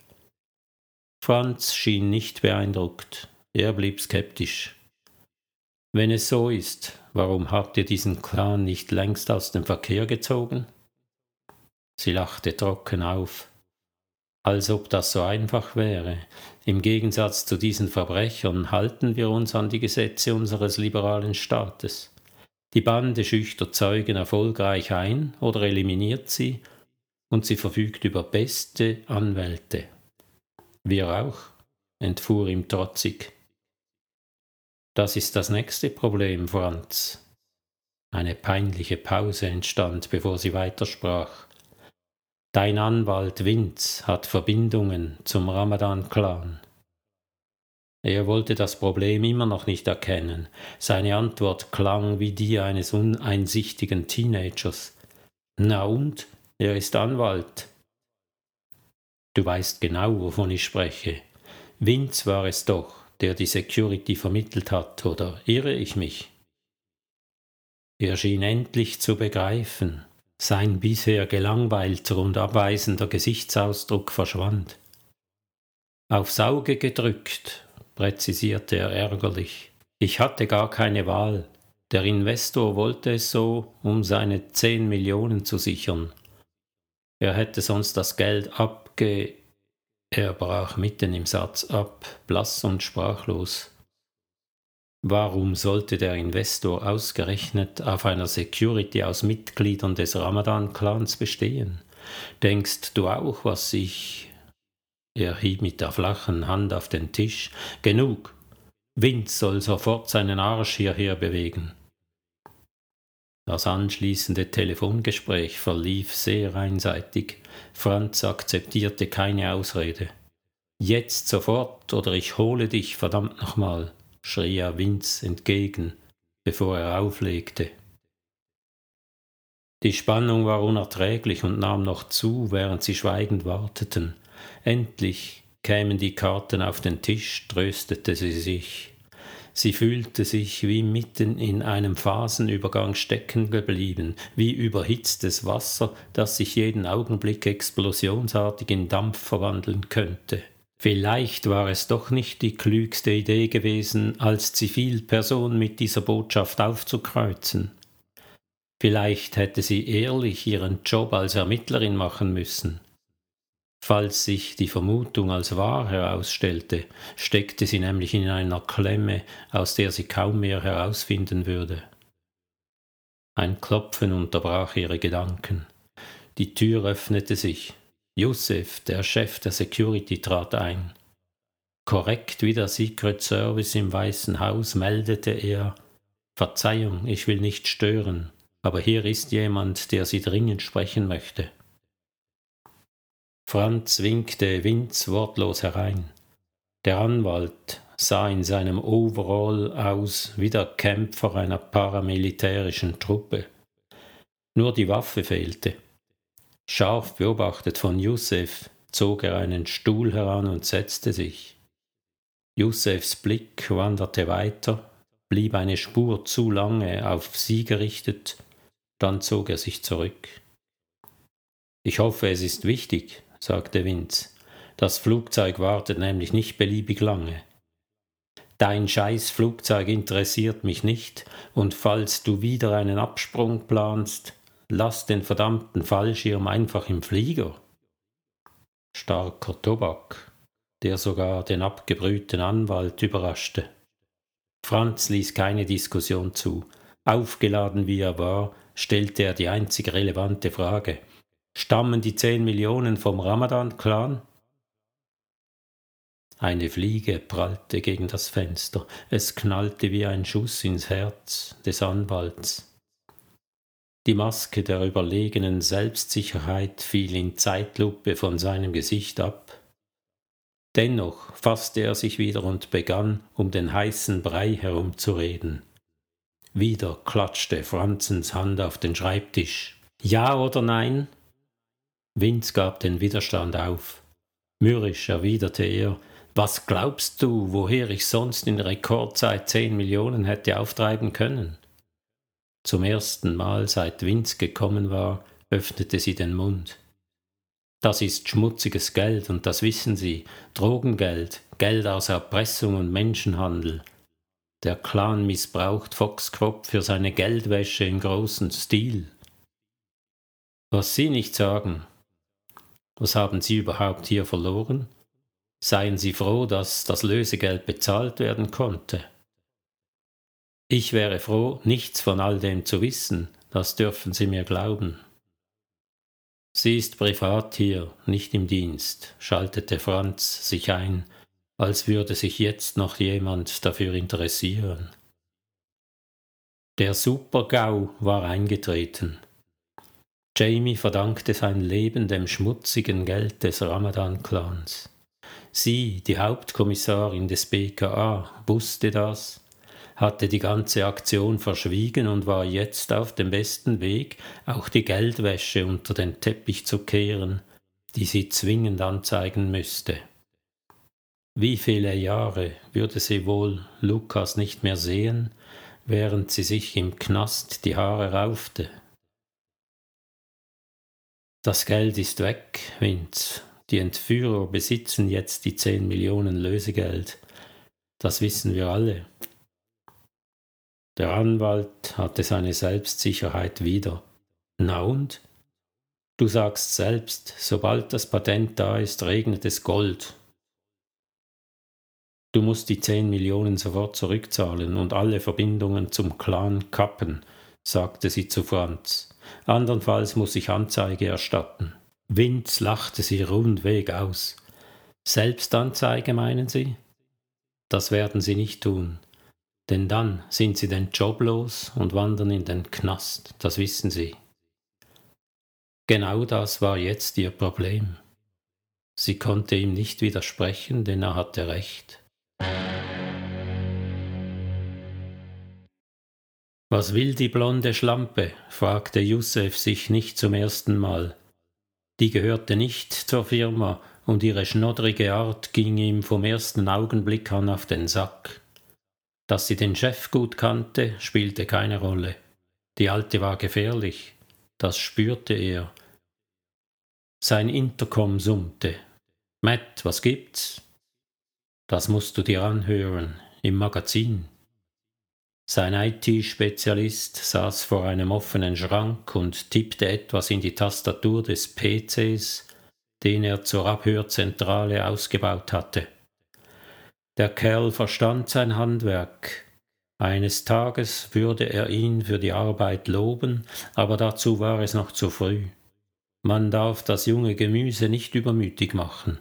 Franz schien nicht beeindruckt, er blieb skeptisch. Wenn es so ist, warum habt ihr diesen Clan nicht längst aus dem Verkehr gezogen? Sie lachte trocken auf, als ob das so einfach wäre. Im Gegensatz zu diesen Verbrechern halten wir uns an die Gesetze unseres liberalen Staates. Die Bande schüchtert Zeugen erfolgreich ein oder eliminiert sie, und sie verfügt über beste Anwälte. Wir auch, entfuhr ihm trotzig. Das ist das nächste Problem, Franz. Eine peinliche Pause entstand, bevor sie weitersprach. Dein Anwalt Vince hat Verbindungen zum Ramadan-Clan. Er wollte das Problem immer noch nicht erkennen. Seine Antwort klang wie die eines uneinsichtigen Teenagers. Na und? Er ist Anwalt. Du weißt genau, wovon ich spreche. Vince war es doch, der die Security vermittelt hat, oder irre ich mich? Er schien endlich zu begreifen. Sein bisher gelangweilter und abweisender Gesichtsausdruck verschwand. Aufs Auge gedrückt, präzisierte er ärgerlich. Ich hatte gar keine Wahl. Der Investor wollte es so, um seine 10 Millionen zu sichern. Er hätte sonst das Geld Er brach mitten im Satz ab, blass und sprachlos. Warum sollte der Investor ausgerechnet auf einer Security aus Mitgliedern des Ramadan-Clans bestehen? Denkst du auch, was ich... Er hieb mit der flachen Hand auf den Tisch. Genug! Vince soll sofort seinen Arsch hierher bewegen. Das anschließende Telefongespräch verlief sehr einseitig. Franz akzeptierte keine Ausrede. Jetzt sofort oder ich hole dich, verdammt nochmal, schrie er Vince entgegen, bevor er auflegte. Die Spannung war unerträglich und nahm noch zu, während sie schweigend warteten. Endlich kämen die Karten auf den Tisch, tröstete sie sich. Sie fühlte sich wie mitten in einem Phasenübergang stecken geblieben, wie überhitztes Wasser, das sich jeden Augenblick explosionsartig in Dampf verwandeln könnte. Vielleicht war es doch nicht die klügste Idee gewesen, als Zivilperson mit dieser Botschaft aufzukreuzen. Vielleicht hätte sie ehrlich ihren Job als Ermittlerin machen müssen. Falls sich die Vermutung als wahr herausstellte, steckte sie nämlich in einer Klemme, aus der sie kaum mehr herausfinden würde. Ein Klopfen unterbrach ihre Gedanken. Die Tür öffnete sich. Yusef, der Chef der Security, trat ein. Korrekt wie der Secret Service im Weißen Haus meldete er: »Verzeihung, ich will nicht stören, aber hier ist jemand, der Sie dringend sprechen möchte.« Franz winkte Vince wortlos herein. Der Anwalt sah in seinem Overall aus wie der Kämpfer einer paramilitärischen Truppe. Nur die Waffe fehlte. Scharf beobachtet von Yusef zog er einen Stuhl heran und setzte sich. Yusefs Blick wanderte weiter, blieb eine Spur zu lange auf sie gerichtet, dann zog er sich zurück. »Ich hoffe, es ist wichtig«, sagte Vince. »Das Flugzeug wartet nämlich nicht beliebig lange.« »Dein Scheißflugzeug interessiert mich nicht, und falls du wieder einen Absprung planst, lass den verdammten Fallschirm einfach im Flieger.« Starker Tobak, der sogar den abgebrühten Anwalt überraschte. Franz ließ keine Diskussion zu. Aufgeladen wie er war, stellte er die einzig relevante Frage: »Stammen die 10 Millionen vom Ramadan-Clan?« Eine Fliege prallte gegen das Fenster. Es knallte wie ein Schuss ins Herz des Anwalts. Die Maske der überlegenen Selbstsicherheit fiel in Zeitlupe von seinem Gesicht ab. Dennoch fasste er sich wieder und begann, um den heißen Brei herumzureden. Wieder klatschte Franzens Hand auf den Schreibtisch. »Ja oder nein?« Vince gab den Widerstand auf. Mürrisch erwiderte er: »Was glaubst du, woher ich sonst in Rekordzeit 10 Millionen hätte auftreiben können?« Zum ersten Mal, seit Vince gekommen war, öffnete sie den Mund. »Das ist schmutziges Geld, und das wissen Sie. Drogengeld, Geld aus Erpressung und Menschenhandel. Der Clan missbraucht Foxcrop für seine Geldwäsche im großen Stil.« »Was Sie nicht sagen. Was haben Sie überhaupt hier verloren? Seien Sie froh, dass das Lösegeld bezahlt werden konnte.« »Ich wäre froh, nichts von all dem zu wissen, das dürfen Sie mir glauben.« »Sie ist privat hier, nicht im Dienst«, schaltete Franz sich ein, als würde sich jetzt noch jemand dafür interessieren. Der Super-GAU war eingetreten. Jamie verdankte sein Leben dem schmutzigen Geld des Ramadan-Clans. Sie, die Hauptkommissarin des BKA, wusste das, hatte die ganze Aktion verschwiegen und war jetzt auf dem besten Weg, auch die Geldwäsche unter den Teppich zu kehren, die sie zwingend anzeigen müsste. Wie viele Jahre würde sie wohl Lukas nicht mehr sehen, während sie sich im Knast die Haare raufte? »Das Geld ist weg, Vince. Die Entführer besitzen jetzt die 10 Millionen Lösegeld. Das wissen wir alle.« Der Anwalt hatte seine Selbstsicherheit wieder. »Na und? Du sagst selbst, sobald das Patent da ist, regnet es Gold. Du musst die 10 Millionen sofort zurückzahlen und alle Verbindungen zum Clan kappen«, sagte sie zu Franz. »Andernfalls muss ich Anzeige erstatten.« Vince lachte sie rundweg aus. »Selbstanzeige, meinen Sie? Das werden Sie nicht tun. Denn dann sind Sie den Job los und wandern in den Knast, das wissen Sie.« Genau das war jetzt ihr Problem. Sie konnte ihm nicht widersprechen, denn er hatte recht. »Was will die blonde Schlampe?« fragte Yusef sich nicht zum ersten Mal. Die gehörte nicht zur Firma, und ihre schnoddrige Art ging ihm vom ersten Augenblick an auf den Sack. Dass sie den Chef gut kannte, spielte keine Rolle. Die Alte war gefährlich, das spürte er. Sein Intercom summte. »Matt, was gibt's?« »Das musst du dir anhören, im Magazin.« Sein IT-Spezialist saß vor einem offenen Schrank und tippte etwas in die Tastatur des PCs, den er zur Abhörzentrale ausgebaut hatte. Der Kerl verstand sein Handwerk. Eines Tages würde er ihn für die Arbeit loben, aber dazu war es noch zu früh. Man darf das junge Gemüse nicht übermütig machen.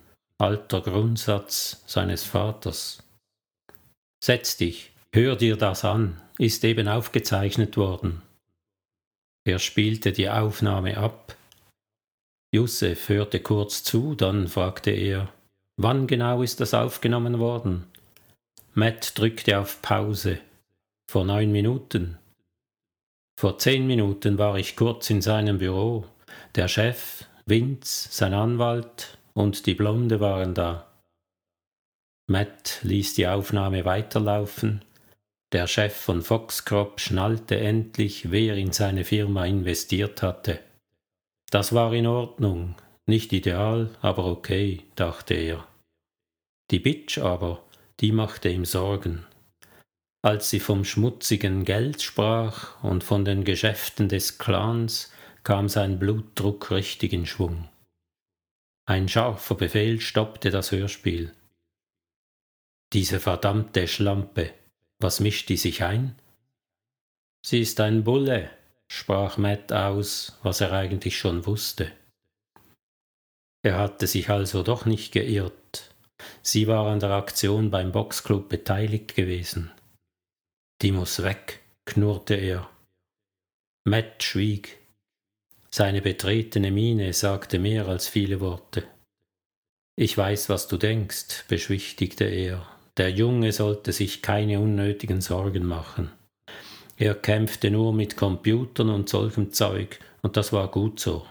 alter Grundsatz seines Vaters. Setz dich, hör dir das an, ist eben aufgezeichnet worden. Er spielte die Aufnahme ab. Josef hörte kurz zu, dann fragte er, wann genau ist das aufgenommen worden? Matt drückte auf Pause. Vor 9 Minuten. Vor 10 Minuten war ich kurz in seinem Büro. Der Chef, Vince, sein Anwalt und die Blonde waren da. Matt ließ die Aufnahme weiterlaufen. Der Chef von Foxcrop schnallte endlich, wer in seine Firma investiert hatte. Das war in Ordnung, nicht ideal, aber okay, dachte er. Die Bitch aber, die machte ihm Sorgen. Als sie vom schmutzigen Geld sprach und von den Geschäften des Clans, kam sein Blutdruck richtig in Schwung. Ein scharfer Befehl stoppte das Hörspiel. Diese verdammte Schlampe, was mischt die sich ein? Sie ist ein Bulle, sprach Matt aus, was er eigentlich schon wusste. Er hatte sich also doch nicht geirrt. Sie war an der Aktion beim Boxclub beteiligt gewesen. Die muss weg, knurrte er. Matt schwieg. Seine betretene Miene sagte mehr als viele Worte. Ich weiß, was du denkst, beschwichtigte er. Der Junge sollte sich keine unnötigen Sorgen machen. Er kämpfte nur mit Computern und solchem Zeug, und das war gut so.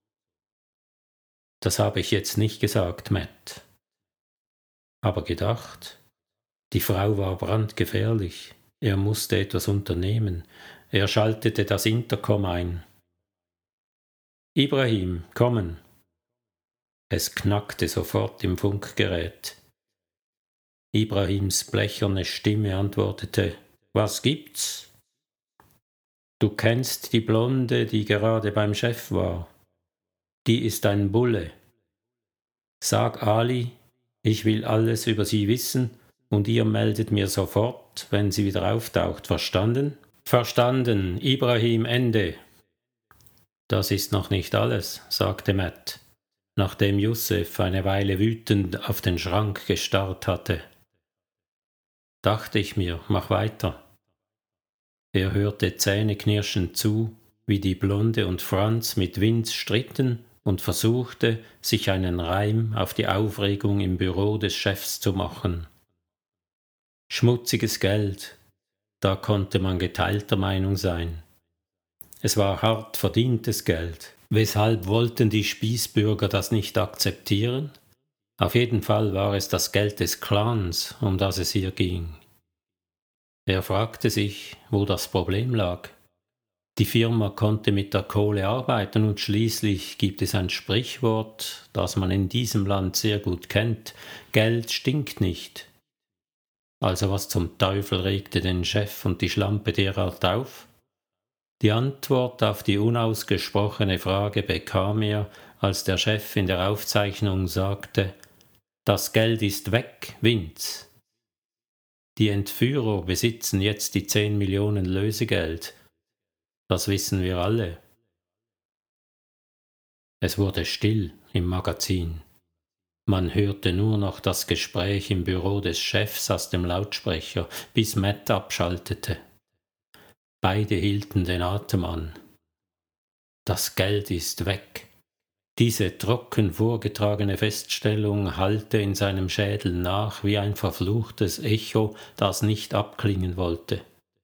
Das habe ich jetzt nicht gesagt, Matt. Aber gedacht, die Frau war brandgefährlich. Er musste etwas unternehmen. Er schaltete das Intercom ein. Ibrahim, kommen. Es knackte sofort im Funkgerät. Ibrahims blecherne Stimme antwortete, was gibt's? Du kennst die Blonde, die gerade beim Chef war. Die ist ein Bulle. Sag Ali, ich will alles über sie wissen und ihr meldet mir sofort, wenn sie wieder auftaucht. Verstanden? Verstanden. Ibrahim, Ende. Das ist noch nicht alles, sagte Matt, nachdem Josef eine Weile wütend auf den Schrank gestarrt hatte. Dachte ich mir, mach weiter. Er hörte zähneknirschend zu, wie die Blonde und Franz mit Vince stritten und versuchte, sich einen Reim auf die Aufregung im Büro des Chefs zu machen. Schmutziges Geld, da konnte man geteilter Meinung sein. Es war hart verdientes Geld. Weshalb wollten die Spießbürger das nicht akzeptieren? Auf jeden Fall war es das Geld des Clans, um das es hier ging. Er fragte sich, wo das Problem lag. Die Firma konnte mit der Kohle arbeiten und schließlich gibt es ein Sprichwort, das man in diesem Land sehr gut kennt: Geld stinkt nicht. Also was zum Teufel regte den Chef und die Schlampe derart auf? Die Antwort auf die unausgesprochene Frage bekam er, als der Chef in der Aufzeichnung sagte, das Geld ist weg, Vince. Die Entführer besitzen jetzt die 10 Millionen Lösegeld. Das wissen wir alle. Es wurde still im Magazin. Man hörte nur noch das Gespräch im Büro des Chefs aus dem Lautsprecher, bis Matt abschaltete. Beide hielten den Atem an. Das Geld ist weg. Diese trocken vorgetragene Feststellung hallte in seinem Schädel nach wie ein verfluchtes Echo, das nicht abklingen wollte.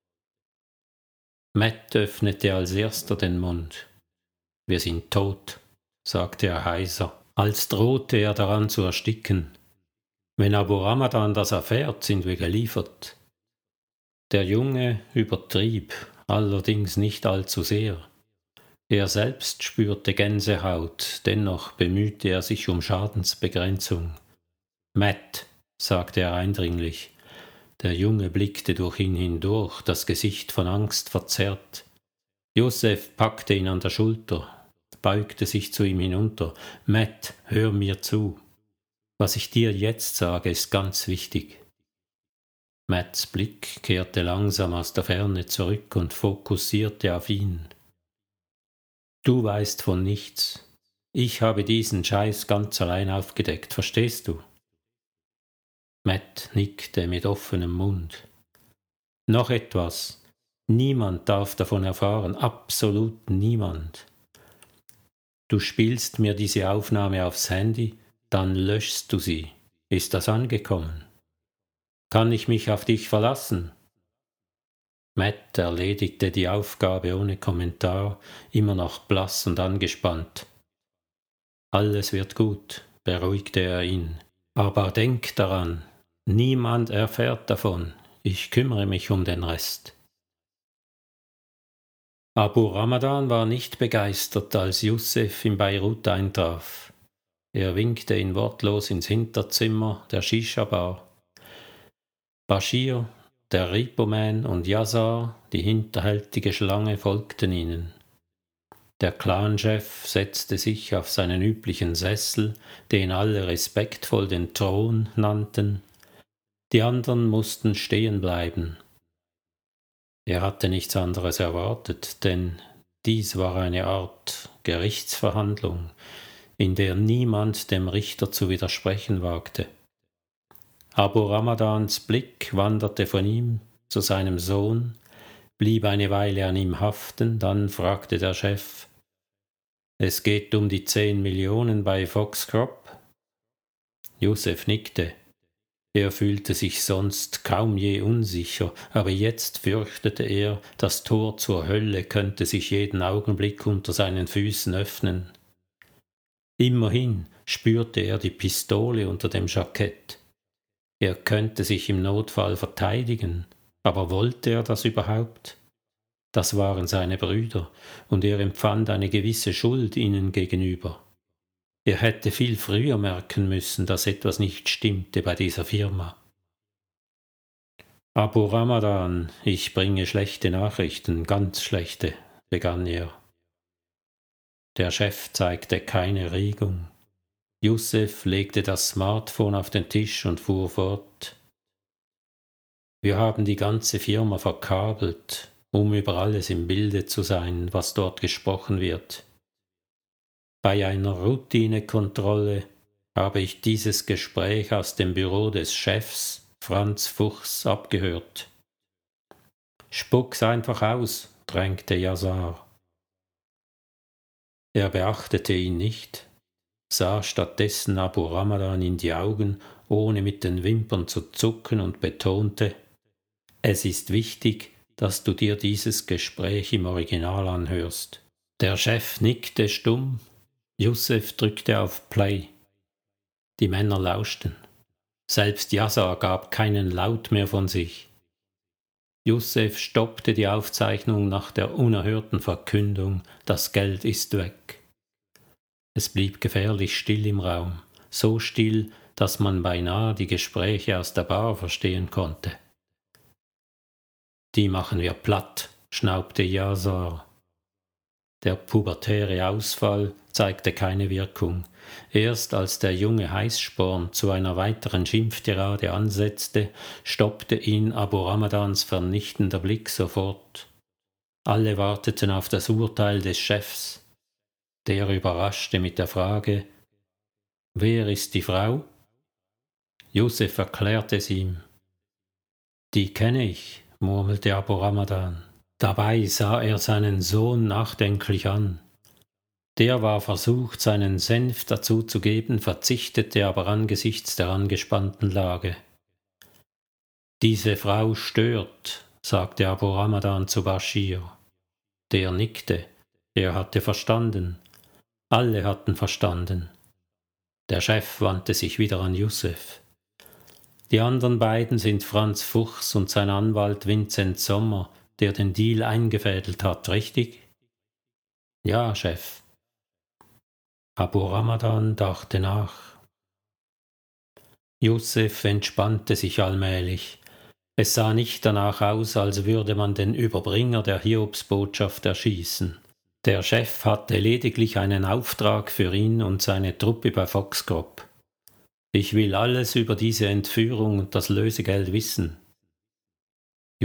Matt öffnete als erster den Mund. Wir sind tot, sagte er heiser, als drohte er daran zu ersticken. Wenn Abu Ramadan das erfährt, sind wir geliefert. Der Junge übertrieb, allerdings nicht allzu sehr. Er selbst spürte Gänsehaut, dennoch bemühte er sich um Schadensbegrenzung. Matt, sagte er eindringlich. Der Junge blickte durch ihn hindurch, das Gesicht von Angst verzerrt. Josef packte ihn an der Schulter, beugte sich zu ihm hinunter. Matt, hör mir zu. Was ich dir jetzt sage, ist ganz wichtig. Matts Blick kehrte langsam aus der Ferne zurück und fokussierte auf ihn. Du weißt von nichts. Ich habe diesen Scheiß ganz allein aufgedeckt, verstehst du? Matt nickte mit offenem Mund. Noch etwas. Niemand darf davon erfahren, absolut niemand. Du spielst mir diese Aufnahme aufs Handy, dann löschst du sie. Ist das angekommen? Kann ich mich auf dich verlassen? Matt erledigte die Aufgabe ohne Kommentar, immer noch blass und angespannt. Alles wird gut, beruhigte er ihn. Aber denk daran, niemand erfährt davon. Ich kümmere mich um den Rest. Abu Ramadan war nicht begeistert, als Youssef in Beirut eintraf. Er winkte ihn wortlos ins Hinterzimmer der Shisha-Bar. Bashir, der Repo-Man und Yazar, die hinterhältige Schlange, folgten ihnen. Der Clanchef setzte sich auf seinen üblichen Sessel, den alle respektvoll den Thron nannten. Die anderen mussten stehen bleiben. Er hatte nichts anderes erwartet, denn dies war eine Art Gerichtsverhandlung, in der niemand dem Richter zu widersprechen wagte. Abu Ramadans Blick wanderte von ihm zu seinem Sohn, blieb eine Weile an ihm haften, dann fragte der Chef: »Es geht um die 10 Millionen bei Foxcrop?« Youssef nickte. Er fühlte sich sonst kaum je unsicher, aber jetzt fürchtete er, das Tor zur Hölle könnte sich jeden Augenblick unter seinen Füßen öffnen. Immerhin spürte er die Pistole unter dem Jackett. Er könnte sich im Notfall verteidigen, aber wollte er das überhaupt? Das waren seine Brüder, und er empfand eine gewisse Schuld ihnen gegenüber. Er hätte viel früher merken müssen, dass etwas nicht stimmte bei dieser Firma. »Abu Ramadan, ich bringe schlechte Nachrichten, ganz schlechte«, begann er. Der Chef zeigte keine Regung. Youssef legte das Smartphone auf den Tisch und fuhr fort. »Wir haben die ganze Firma verkabelt, um über alles im Bilde zu sein, was dort gesprochen wird. Bei einer Routinekontrolle habe ich dieses Gespräch aus dem Büro des Chefs, Franz Fuchs, abgehört. »Spuck's einfach aus«, drängte Yazar. Er beachtete ihn nicht, sah stattdessen Abu Ramadan in die Augen, ohne mit den Wimpern zu zucken, und betonte: »Es ist wichtig, dass du dir dieses Gespräch im Original anhörst.« Der Chef nickte stumm. Youssef drückte auf Play. Die Männer lauschten. Selbst Yazar gab keinen Laut mehr von sich. Youssef stoppte die Aufzeichnung nach der unerhörten Verkündung: »Das Geld ist weg.« Es blieb gefährlich still im Raum, so still, dass man beinahe die Gespräche aus der Bar verstehen konnte. »Die machen wir platt«, schnaubte Yazar. Der pubertäre Ausfall zeigte keine Wirkung. Erst als der junge Heißsporn zu einer weiteren Schimpftirade ansetzte, stoppte ihn Abu Ramadans vernichtender Blick sofort. Alle warteten auf das Urteil des Chefs. Der überraschte mit der Frage: »Wer ist die Frau?« Youssef erklärte es ihm. »Die kenne ich«, murmelte Abu Ramadan. Dabei sah er seinen Sohn nachdenklich an. Der war versucht, seinen Senf dazu zu geben, verzichtete aber angesichts der angespannten Lage. »Diese Frau stört«, sagte Abu Ramadan zu Bashir. Der nickte. Er hatte verstanden. Alle hatten verstanden. Der Chef wandte sich wieder an Youssef. »Die anderen beiden sind Franz Fuchs und sein Anwalt Vincent Sommer, der den Deal eingefädelt hat, richtig?« »Ja, Chef.« Abu Ramadan dachte nach. Youssef entspannte sich allmählich. Es sah nicht danach aus, als würde man den Überbringer der Hiobsbotschaft erschießen. Der Chef hatte lediglich einen Auftrag für ihn und seine Truppe bei Foxcrop. »Ich will alles über diese Entführung und das Lösegeld wissen.«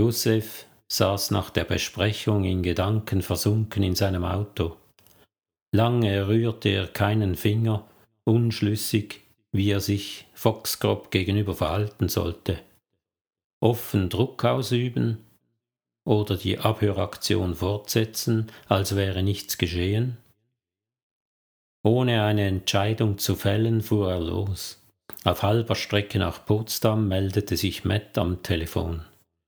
Youssef saß nach der Besprechung in Gedanken versunken in seinem Auto. Lange rührte er keinen Finger, unschlüssig, wie er sich Foxcroft gegenüber verhalten sollte. Offen Druck ausüben oder die Abhöraktion fortsetzen, als wäre nichts geschehen? Ohne eine Entscheidung zu fällen, fuhr er los. Auf halber Strecke nach Potsdam meldete sich Matt am Telefon.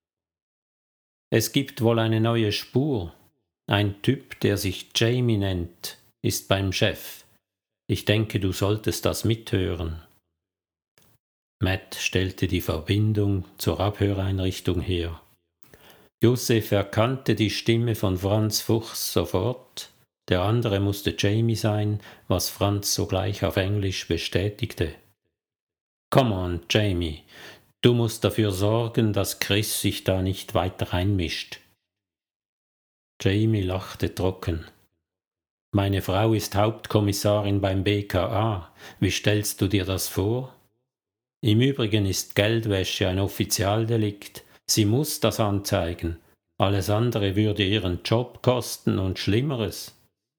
Es gibt wohl eine neue Spur. Ein Typ, der sich Jamie nennt, ist beim Chef. Ich denke, du solltest das mithören. Matt stellte die Verbindung zur Abhöreinrichtung her. Josef erkannte die Stimme von Franz Fuchs sofort. Der andere musste Jamie sein, was Franz sogleich auf Englisch bestätigte. Come on, Jamie, du musst dafür sorgen, dass Chris sich da nicht weiter einmischt. Jamie lachte trocken. Meine Frau ist Hauptkommissarin beim BKA. Wie stellst du dir das vor? Im Übrigen ist Geldwäsche ein Offizialdelikt. Sie muss das anzeigen. Alles andere würde ihren Job kosten und Schlimmeres.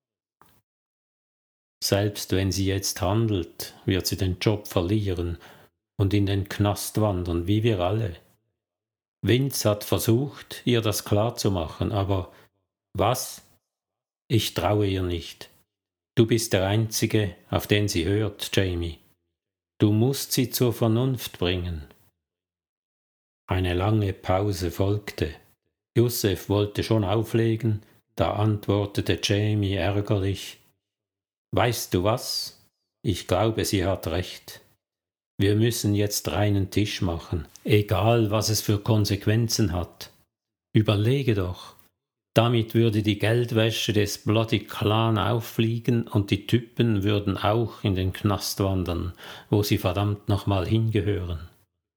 Selbst wenn sie jetzt handelt, wird sie den Job verlieren und in den Knast wandern, wie wir alle. Vince hat versucht, ihr das klarzumachen, aber was? Ich traue ihr nicht. Du bist der Einzige, auf den sie hört, Jamie. Du musst sie zur Vernunft bringen. Eine lange Pause folgte. Josef wollte schon auflegen, da antwortete Jamie ärgerlich: Weißt du was? Ich glaube, sie hat recht. Wir müssen jetzt reinen Tisch machen, egal was es für Konsequenzen hat. Überlege doch, damit würde die Geldwäsche des Bloody Clan auffliegen und die Typen würden auch in den Knast wandern, wo sie verdammt nochmal hingehören.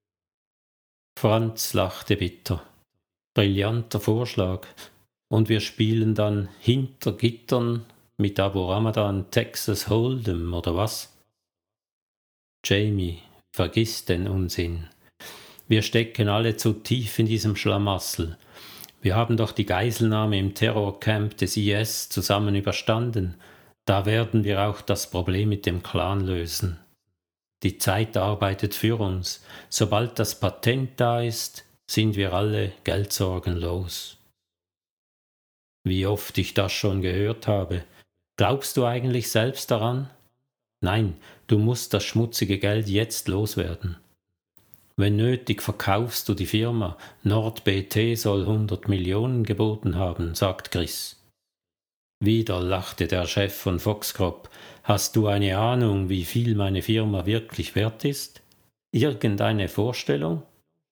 Franz lachte bitter. Brillanter Vorschlag. Und wir spielen dann hinter Gittern mit Abu Ramadan Texas Hold'em, oder was? Jamie, vergiss den Unsinn. Wir stecken alle zu tief in diesem Schlamassel. Wir haben doch die Geiselnahme im Terrorcamp des IS zusammen überstanden. Da werden wir auch das Problem mit dem Clan lösen. Die Zeit arbeitet für uns. Sobald das Patent da ist, sind wir alle geldsorgenlos. Wie oft ich das schon gehört habe. Glaubst du eigentlich selbst daran? Nein, du musst das schmutzige Geld jetzt loswerden. Wenn nötig, verkaufst du die Firma. NordBT soll 100 Millionen geboten haben, sagt Chris. Wieder lachte der Chef von Foxcroft. Hast du eine Ahnung, wie viel meine Firma wirklich wert ist? Irgendeine Vorstellung?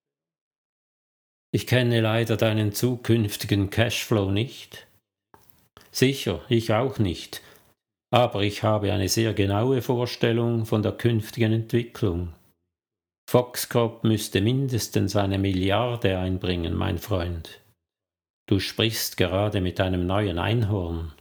Ich kenne leider deinen zukünftigen Cashflow nicht. Sicher, ich auch nicht. Aber ich habe eine sehr genaue Vorstellung von der künftigen Entwicklung. Foxcroft müsste mindestens 1 Milliarde einbringen, mein Freund. Du sprichst gerade mit einem neuen Einhorn.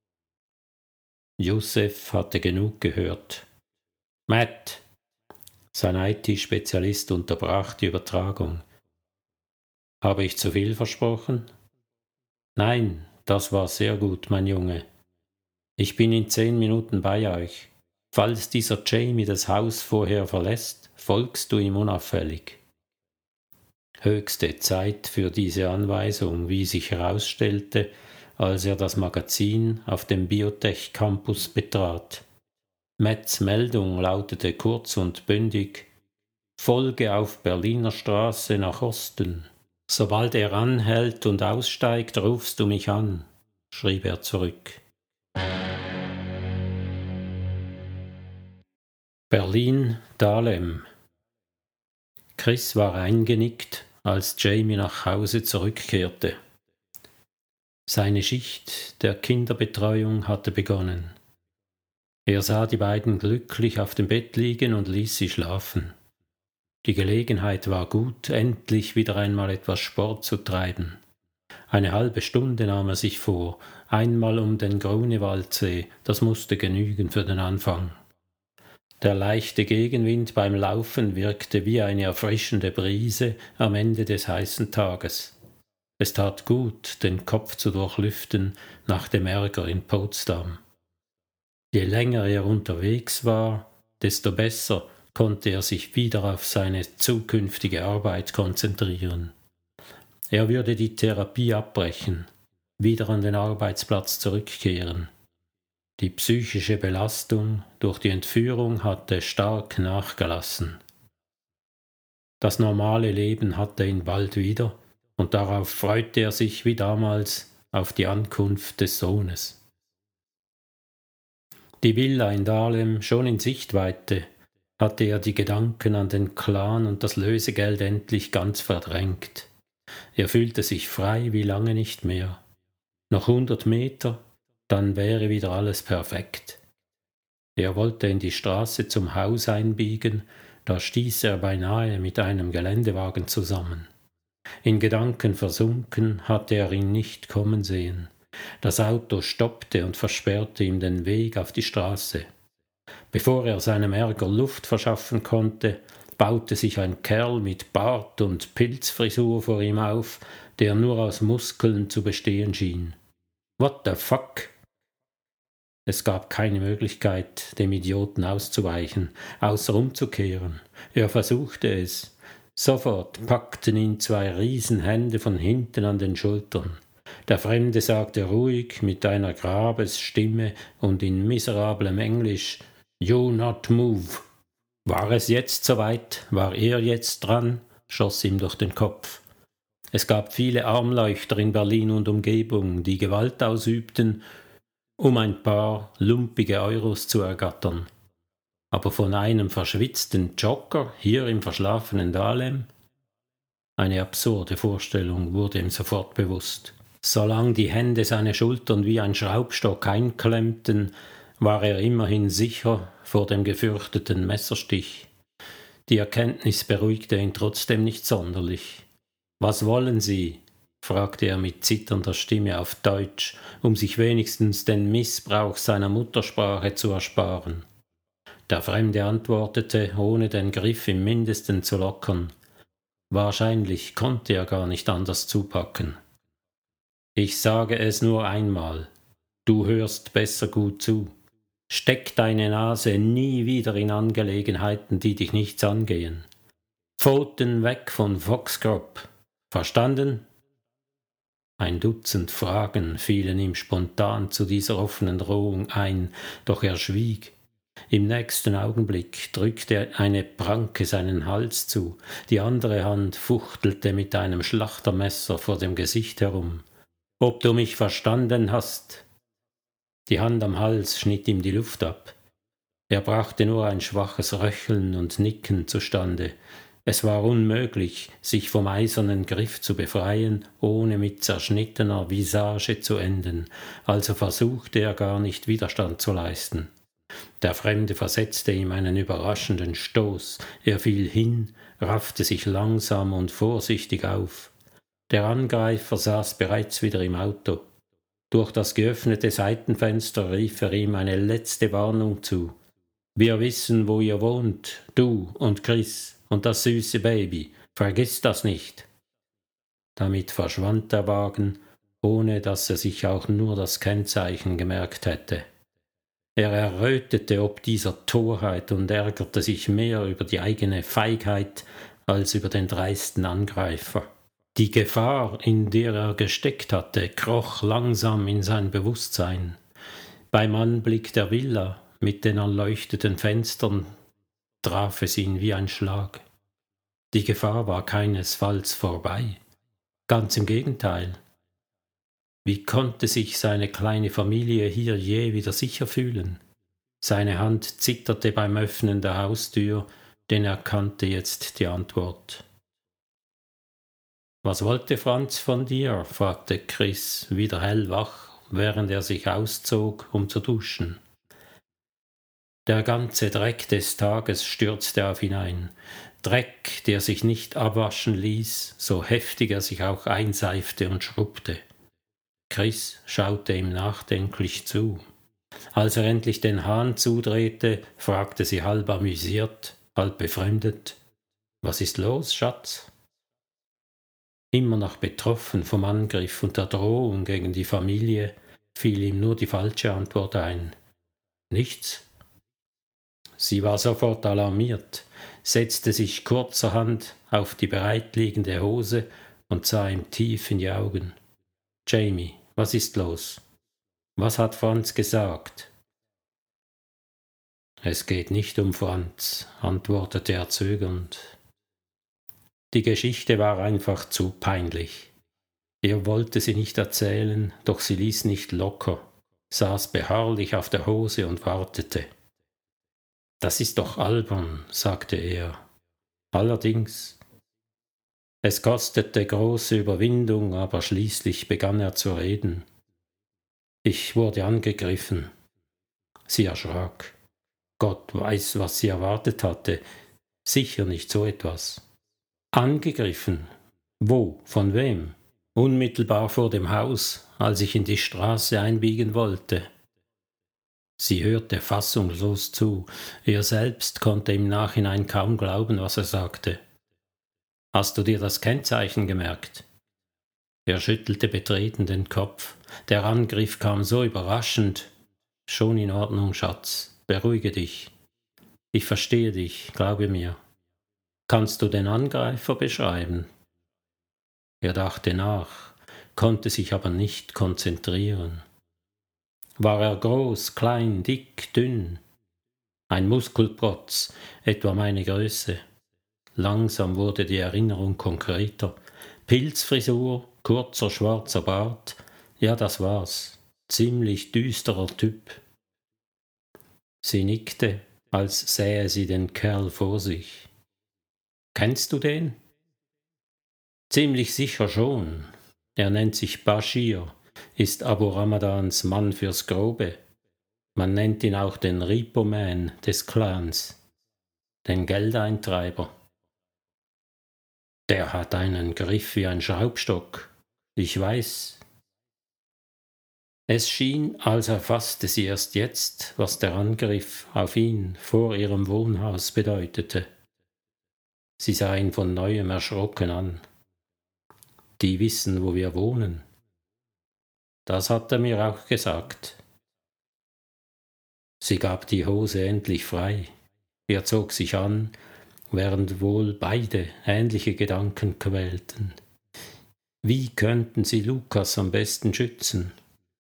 Josef hatte genug gehört. Matt! Sein IT-Spezialist unterbrach die Übertragung. Habe ich zu viel versprochen? Nein, das war sehr gut, mein Junge. Ich bin in 10 Minuten bei euch. Falls dieser Jamie das Haus vorher verlässt, folgst du ihm unauffällig. Höchste Zeit für diese Anweisung, wie sich herausstellte, als er das Magazin auf dem Biotech-Campus betrat. Matts Meldung lautete kurz und bündig: Folge auf Berliner Straße nach Osten. Sobald er anhält und aussteigt, rufst du mich an, schrieb er zurück. Berlin, Dahlem. Chris war eingenickt, als Jamie nach Hause zurückkehrte. Seine Schicht der Kinderbetreuung hatte begonnen. Er sah die beiden glücklich auf dem Bett liegen und ließ sie schlafen. Die Gelegenheit war gut, endlich wieder einmal etwas Sport zu treiben. Eine halbe Stunde nahm er sich vor, einmal um den Grunewaldsee, das musste genügen für den Anfang. Der leichte Gegenwind beim Laufen wirkte wie eine erfrischende Brise am Ende des heißen Tages. Es tat gut, den Kopf zu durchlüften nach dem Ärger in Potsdam. Je länger er unterwegs war, desto besser konnte er sich wieder auf seine zukünftige Arbeit konzentrieren. Er würde die Therapie abbrechen, wieder an den Arbeitsplatz zurückkehren. Die psychische Belastung durch die Entführung hatte stark nachgelassen. Das normale Leben hatte ihn bald wieder, und darauf freute er sich wie damals auf die Ankunft des Sohnes. Die Villa in Dahlem schon in Sichtweite, hatte er die Gedanken an den Clan und das Lösegeld endlich ganz verdrängt. Er fühlte sich frei wie lange nicht mehr. Noch 100 Meter, dann wäre wieder alles perfekt. Er wollte in die Straße zum Haus einbiegen, da stieß er beinahe mit einem Geländewagen zusammen. In Gedanken versunken hatte er ihn nicht kommen sehen. Das Auto stoppte und versperrte ihm den Weg auf die Straße. Bevor er seinem Ärger Luft verschaffen konnte, baute sich ein Kerl mit Bart und Pilzfrisur vor ihm auf, der nur aus Muskeln zu bestehen schien. What the fuck? Es gab keine Möglichkeit, dem Idioten auszuweichen, außer umzukehren. Er versuchte es. Sofort packten ihn 2 Riesenhände von hinten an den Schultern. Der Fremde sagte ruhig mit einer Grabesstimme und in miserablem Englisch: "You not move." War es jetzt soweit? War er jetzt dran? Schoss ihm durch den Kopf. Es gab viele Armleuchter in Berlin und Umgebung, die Gewalt ausübten, um ein paar lumpige Euros zu ergattern. Aber von einem verschwitzten Jogger hier im verschlafenen Dahlem? Eine absurde Vorstellung wurde ihm sofort bewusst. Solange die Hände seine Schultern wie ein Schraubstock einklemmten, war er immerhin sicher vor dem gefürchteten Messerstich. Die Erkenntnis beruhigte ihn trotzdem nicht sonderlich. »Was wollen Sie?« fragte er mit zitternder Stimme auf Deutsch, um sich wenigstens den Missbrauch seiner Muttersprache zu ersparen. Der Fremde antwortete, ohne den Griff im Mindesten zu lockern. Wahrscheinlich konnte er gar nicht anders zupacken. »Ich sage es nur einmal. Du hörst besser gut zu. Steck deine Nase nie wieder in Angelegenheiten, die dich nichts angehen. Pfoten weg von Foxcrop. Verstanden?« Ein Dutzend Fragen fielen ihm spontan zu dieser offenen Drohung ein, doch er schwieg. Im nächsten Augenblick drückte eine Pranke seinen Hals zu, die andere Hand fuchtelte mit einem Schlachtermesser vor dem Gesicht herum. »Ob du mich verstanden hast?« Die Hand am Hals schnitt ihm die Luft ab. Er brachte nur ein schwaches Röcheln und Nicken zustande. Es war unmöglich, sich vom eisernen Griff zu befreien, ohne mit zerschnittener Visage zu enden, also versuchte er gar nicht Widerstand zu leisten. Der Fremde versetzte ihm einen überraschenden Stoß, er fiel hin, raffte sich langsam und vorsichtig auf. Der Angreifer saß bereits wieder im Auto. Durch das geöffnete Seitenfenster rief er ihm eine letzte Warnung zu. »Wir wissen, wo ihr wohnt, du und Chris und das süße Baby. Vergiss das nicht!« Damit verschwand der Wagen, ohne dass er sich auch nur das Kennzeichen gemerkt hätte. Er errötete ob dieser Torheit und ärgerte sich mehr über die eigene Feigheit als über den dreisten Angreifer. Die Gefahr, in der er gesteckt hatte, kroch langsam in sein Bewusstsein. Beim Anblick der Villa mit den erleuchteten Fenstern traf es ihn wie ein Schlag. Die Gefahr war keinesfalls vorbei. Ganz im Gegenteil. Wie konnte sich seine kleine Familie hier je wieder sicher fühlen? Seine Hand zitterte beim Öffnen der Haustür, denn er kannte jetzt die Antwort. »Was wollte Franz von dir?« fragte Chris, wieder hellwach, während er sich auszog, um zu duschen. Der ganze Dreck des Tages stürzte auf ihn ein. Dreck, der sich nicht abwaschen ließ, so heftig er sich auch einseifte und schrubbte. Chris schaute ihm nachdenklich zu. Als er endlich den Hahn zudrehte, fragte sie halb amüsiert, halb befremdet: »Was ist los, Schatz?« Immer noch betroffen vom Angriff und der Drohung gegen die Familie, fiel ihm nur die falsche Antwort ein. Nichts. Sie war sofort alarmiert, setzte sich kurzerhand auf die bereitliegende Hose und sah ihm tief in die Augen. »Jamie, was ist los? Was hat Franz gesagt?« »Es geht nicht um Franz«, antwortete er zögernd. Die Geschichte war einfach zu peinlich. Er wollte sie nicht erzählen, doch sie ließ nicht locker, saß beharrlich auf der Hose und wartete. »Das ist doch albern«, sagte er. »Allerdings.« Es kostete große Überwindung, aber schließlich begann er zu reden. »Ich wurde angegriffen.« Sie erschrak. Gott weiß, was sie erwartet hatte. Sicher nicht so etwas. »Angegriffen? Wo? Von wem?« »Unmittelbar vor dem Haus, als ich in die Straße einbiegen wollte.« Sie hörte fassungslos zu. Er selbst konnte im Nachhinein kaum glauben, was er sagte. »Hast du dir das Kennzeichen gemerkt?« Er schüttelte betreten den Kopf. Der Angriff kam so überraschend. »Schon in Ordnung, Schatz. Beruhige dich. Ich verstehe dich, glaube mir. Kannst du den Angreifer beschreiben?« Er dachte nach, konnte sich aber nicht konzentrieren. War er groß, klein, dick, dünn? Ein Muskelprotz, etwa meine Größe. Langsam wurde die Erinnerung konkreter. Pilzfrisur, kurzer schwarzer Bart, ja, das war's. Ziemlich düsterer Typ. Sie nickte, als sähe sie den Kerl vor sich. »Kennst du den?« »Ziemlich sicher schon. Er nennt sich Bashir, ist Abu Ramadans Mann fürs Grobe. Man nennt ihn auch den Repo-Man des Clans, den Geldeintreiber. Der hat einen Griff wie ein Schraubstock. Ich weiß.« Es schien, als erfasste sie erst jetzt, was der Angriff auf ihn vor ihrem Wohnhaus bedeutete. Sie sah ihn von neuem erschrocken an. »Die wissen, wo wir wohnen.« »Das hat er mir auch gesagt.« Sie gab die Hose endlich frei. Er zog sich an, während wohl beide ähnliche Gedanken quälten. Wie könnten sie Lukas am besten schützen?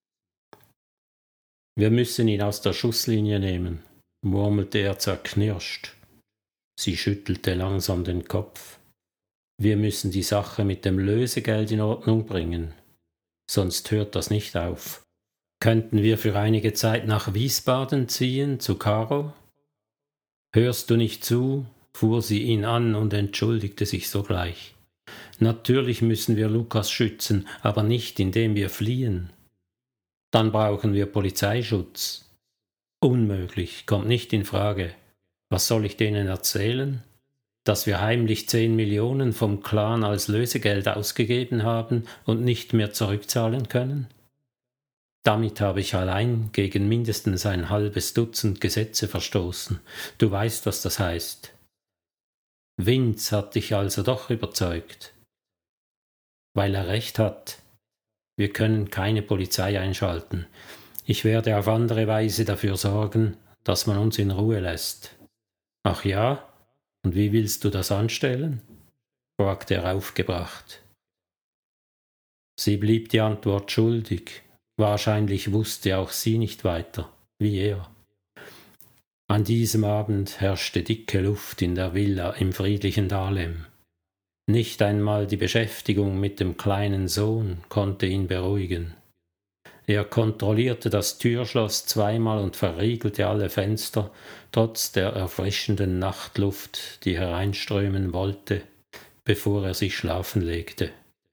»Wir müssen ihn aus der Schusslinie nehmen«, murmelte er zerknirscht. Sie schüttelte langsam den Kopf. »Wir müssen die Sache mit dem Lösegeld in Ordnung bringen, sonst hört das nicht auf. Könnten wir für einige Zeit nach Wiesbaden ziehen, zu Caro?« »Hörst du nicht zu?«, fuhr sie ihn an und entschuldigte sich sogleich. »Natürlich müssen wir Lukas schützen, aber nicht, indem wir fliehen. Dann brauchen wir Polizeischutz.« »Unmöglich, kommt nicht in Frage. Was soll ich denen erzählen? Dass wir heimlich 10 Millionen vom Clan als Lösegeld ausgegeben haben und nicht mehr zurückzahlen können? Damit habe ich allein gegen mindestens ein halbes Dutzend Gesetze verstoßen. Du weißt, was das heißt. Vince hat dich also doch überzeugt. Weil er recht hat. Wir können keine Polizei einschalten. Ich werde auf andere Weise dafür sorgen, dass man uns in Ruhe lässt.« »Ach ja? Und wie willst du das anstellen?«, fragte er aufgebracht. Sie blieb die Antwort schuldig. Wahrscheinlich wusste auch sie nicht weiter, wie er. An diesem Abend herrschte dicke Luft in der Villa im friedlichen Dahlem. Nicht einmal die Beschäftigung mit dem kleinen Sohn konnte ihn beruhigen. Er kontrollierte das Türschloss zweimal und verriegelte alle Fenster, trotz der erfrischenden Nachtluft, die hereinströmen wollte, bevor er sich schlafen legte.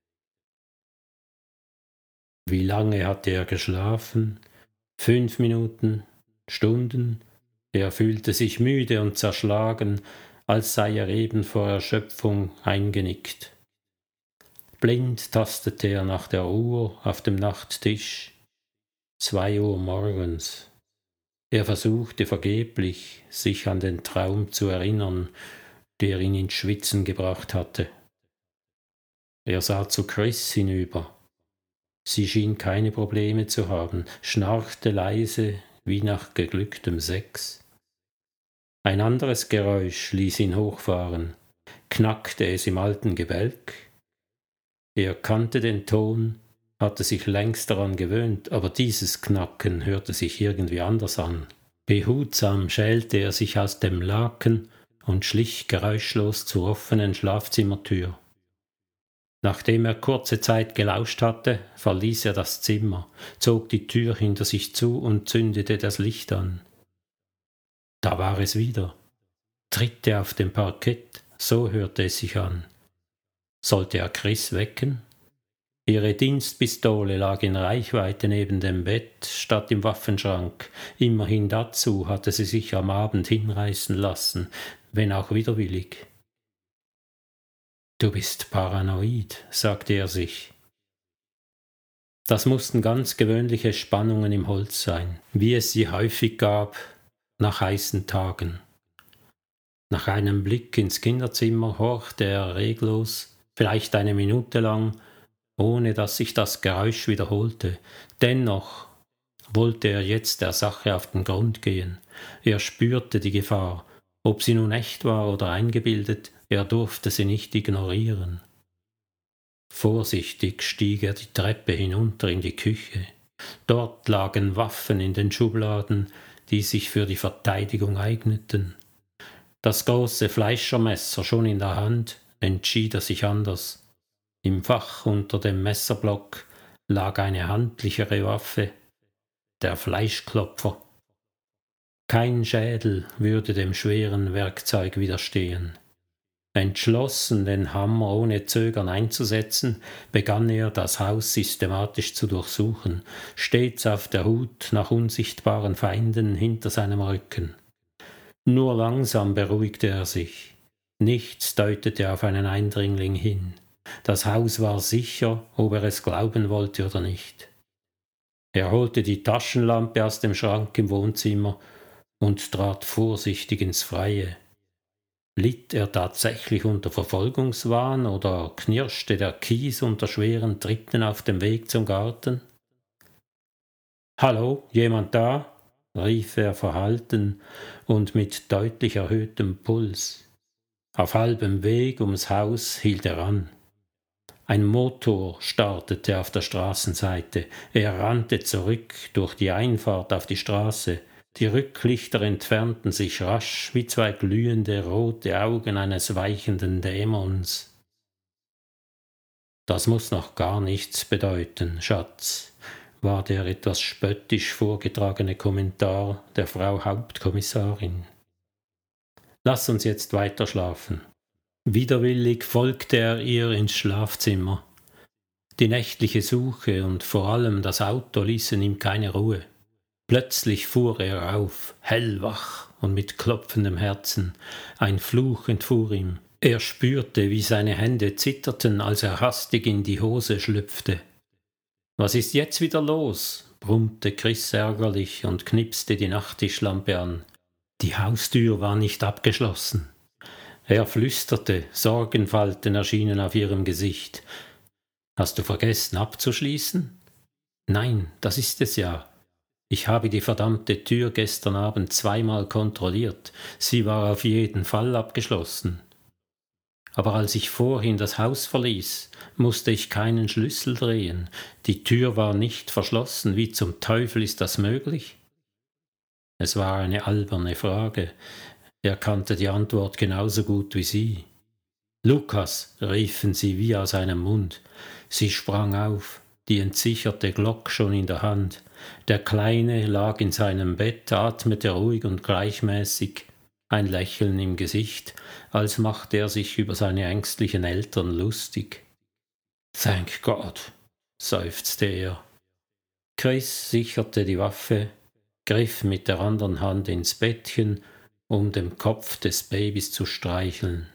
Wie lange hatte er geschlafen? 5 Minuten? Stunden? Er fühlte sich müde und zerschlagen, als sei er eben vor Erschöpfung eingenickt. Blind tastete er nach der Uhr auf dem Nachttisch. 2 Uhr morgens. Er versuchte vergeblich, sich an den Traum zu erinnern, der ihn ins Schwitzen gebracht hatte. Er sah zu Chris hinüber. Sie schien keine Probleme zu haben, schnarchte leise, wie nach geglücktem Sex. Ein anderes Geräusch ließ ihn hochfahren. Knackte es im alten Gebälk? Er kannte den Ton, hatte sich längst daran gewöhnt, aber dieses Knacken hörte sich irgendwie anders an. Behutsam schälte er sich aus dem Laken und schlich geräuschlos zur offenen Schlafzimmertür. Nachdem er kurze Zeit gelauscht hatte, verließ er das Zimmer, zog die Tür hinter sich zu und zündete das Licht an. Da war es wieder. Tritte auf dem Parkett, so hörte es sich an. Sollte er Chris wecken? Ihre Dienstpistole lag in Reichweite neben dem Bett statt im Waffenschrank. Immerhin dazu hatte sie sich am Abend hinreißen lassen, wenn auch widerwillig. »Du bist paranoid«, sagte er sich. Das mussten ganz gewöhnliche Spannungen im Holz sein, wie es sie häufig gab nach heißen Tagen. Nach einem Blick ins Kinderzimmer horchte er reglos, vielleicht eine Minute lang, ohne dass sich das Geräusch wiederholte. Dennoch wollte er jetzt der Sache auf den Grund gehen. Er spürte die Gefahr. Ob sie nun echt war oder eingebildet, er durfte sie nicht ignorieren. Vorsichtig stieg er die Treppe hinunter in die Küche. Dort lagen Waffen in den Schubladen, die sich für die Verteidigung eigneten. Das große Fleischermesser schon in der Hand, entschied er sich anders. Im Fach unter dem Messerblock lag eine handlichere Waffe, der Fleischklopfer. Kein Schädel würde dem schweren Werkzeug widerstehen. Entschlossen, den Hammer ohne Zögern einzusetzen, begann er, das Haus systematisch zu durchsuchen, stets auf der Hut nach unsichtbaren Feinden hinter seinem Rücken. Nur langsam beruhigte er sich. Nichts deutete auf einen Eindringling hin. Das Haus war sicher, ob er es glauben wollte oder nicht. Er holte die Taschenlampe aus dem Schrank im Wohnzimmer und trat vorsichtig ins Freie. Litt er tatsächlich unter Verfolgungswahn oder knirschte der Kies unter schweren Tritten auf dem Weg zum Garten? »Hallo, jemand da?« rief er verhalten und mit deutlich erhöhtem Puls. Auf halbem Weg ums Haus hielt er an. Ein Motor startete auf der Straßenseite. Er rannte zurück durch die Einfahrt auf die Straße. Die Rücklichter entfernten sich rasch wie zwei glühende rote Augen eines weichenden Dämons. »Das muss noch gar nichts bedeuten, Schatz«, war der etwas spöttisch vorgetragene Kommentar der Frau Hauptkommissarin. »Lass uns jetzt weiterschlafen.« Widerwillig folgte er ihr ins Schlafzimmer. Die nächtliche Suche und vor allem das Auto ließen ihm keine Ruhe. Plötzlich fuhr er auf, hellwach und mit klopfendem Herzen. Ein Fluch entfuhr ihm. Er spürte, wie seine Hände zitterten, als er hastig in die Hose schlüpfte. »Was ist jetzt wieder los?« brummte Chris ärgerlich und knipste die Nachttischlampe an. Die Haustür war nicht abgeschlossen. Er flüsterte, Sorgenfalten erschienen auf ihrem Gesicht. »Hast du vergessen abzuschließen?« »Nein, das ist es ja. Ich habe die verdammte Tür gestern Abend zweimal kontrolliert. Sie war auf jeden Fall abgeschlossen. Aber als ich vorhin das Haus verließ, musste ich keinen Schlüssel drehen. Die Tür war nicht verschlossen. Wie zum Teufel ist das möglich?« Es war eine alberne Frage. Er kannte die Antwort genauso gut wie sie. »Lukas«, riefen sie wie aus einem Mund. Sie sprang auf, die entsicherte Glock schon in der Hand. Der Kleine lag in seinem Bett, atmete ruhig und gleichmäßig, ein Lächeln im Gesicht, als machte er sich über seine ängstlichen Eltern lustig. »Thank God«, seufzte er. Chris sicherte die Waffe, griff mit der anderen Hand ins Bettchen, um den Kopf des Babys zu streicheln.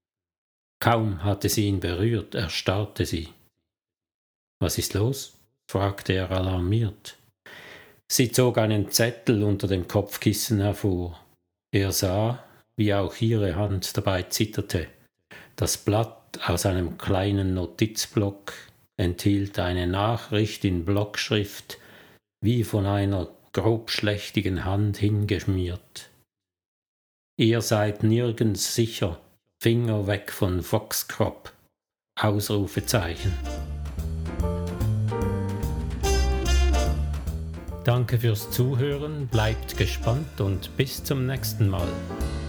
Kaum hatte sie ihn berührt, erstarrte sie. »Was ist los?« fragte er alarmiert. Sie zog einen Zettel unter dem Kopfkissen hervor. Er sah, wie auch ihre Hand dabei zitterte. Das Blatt aus einem kleinen Notizblock enthielt eine Nachricht in Blockschrift, wie von einer grobschlächtigen Hand hingeschmiert. Ihr seid nirgends sicher, Finger weg von Foxcrop, Ausrufezeichen. Danke fürs Zuhören, bleibt gespannt und bis zum nächsten Mal.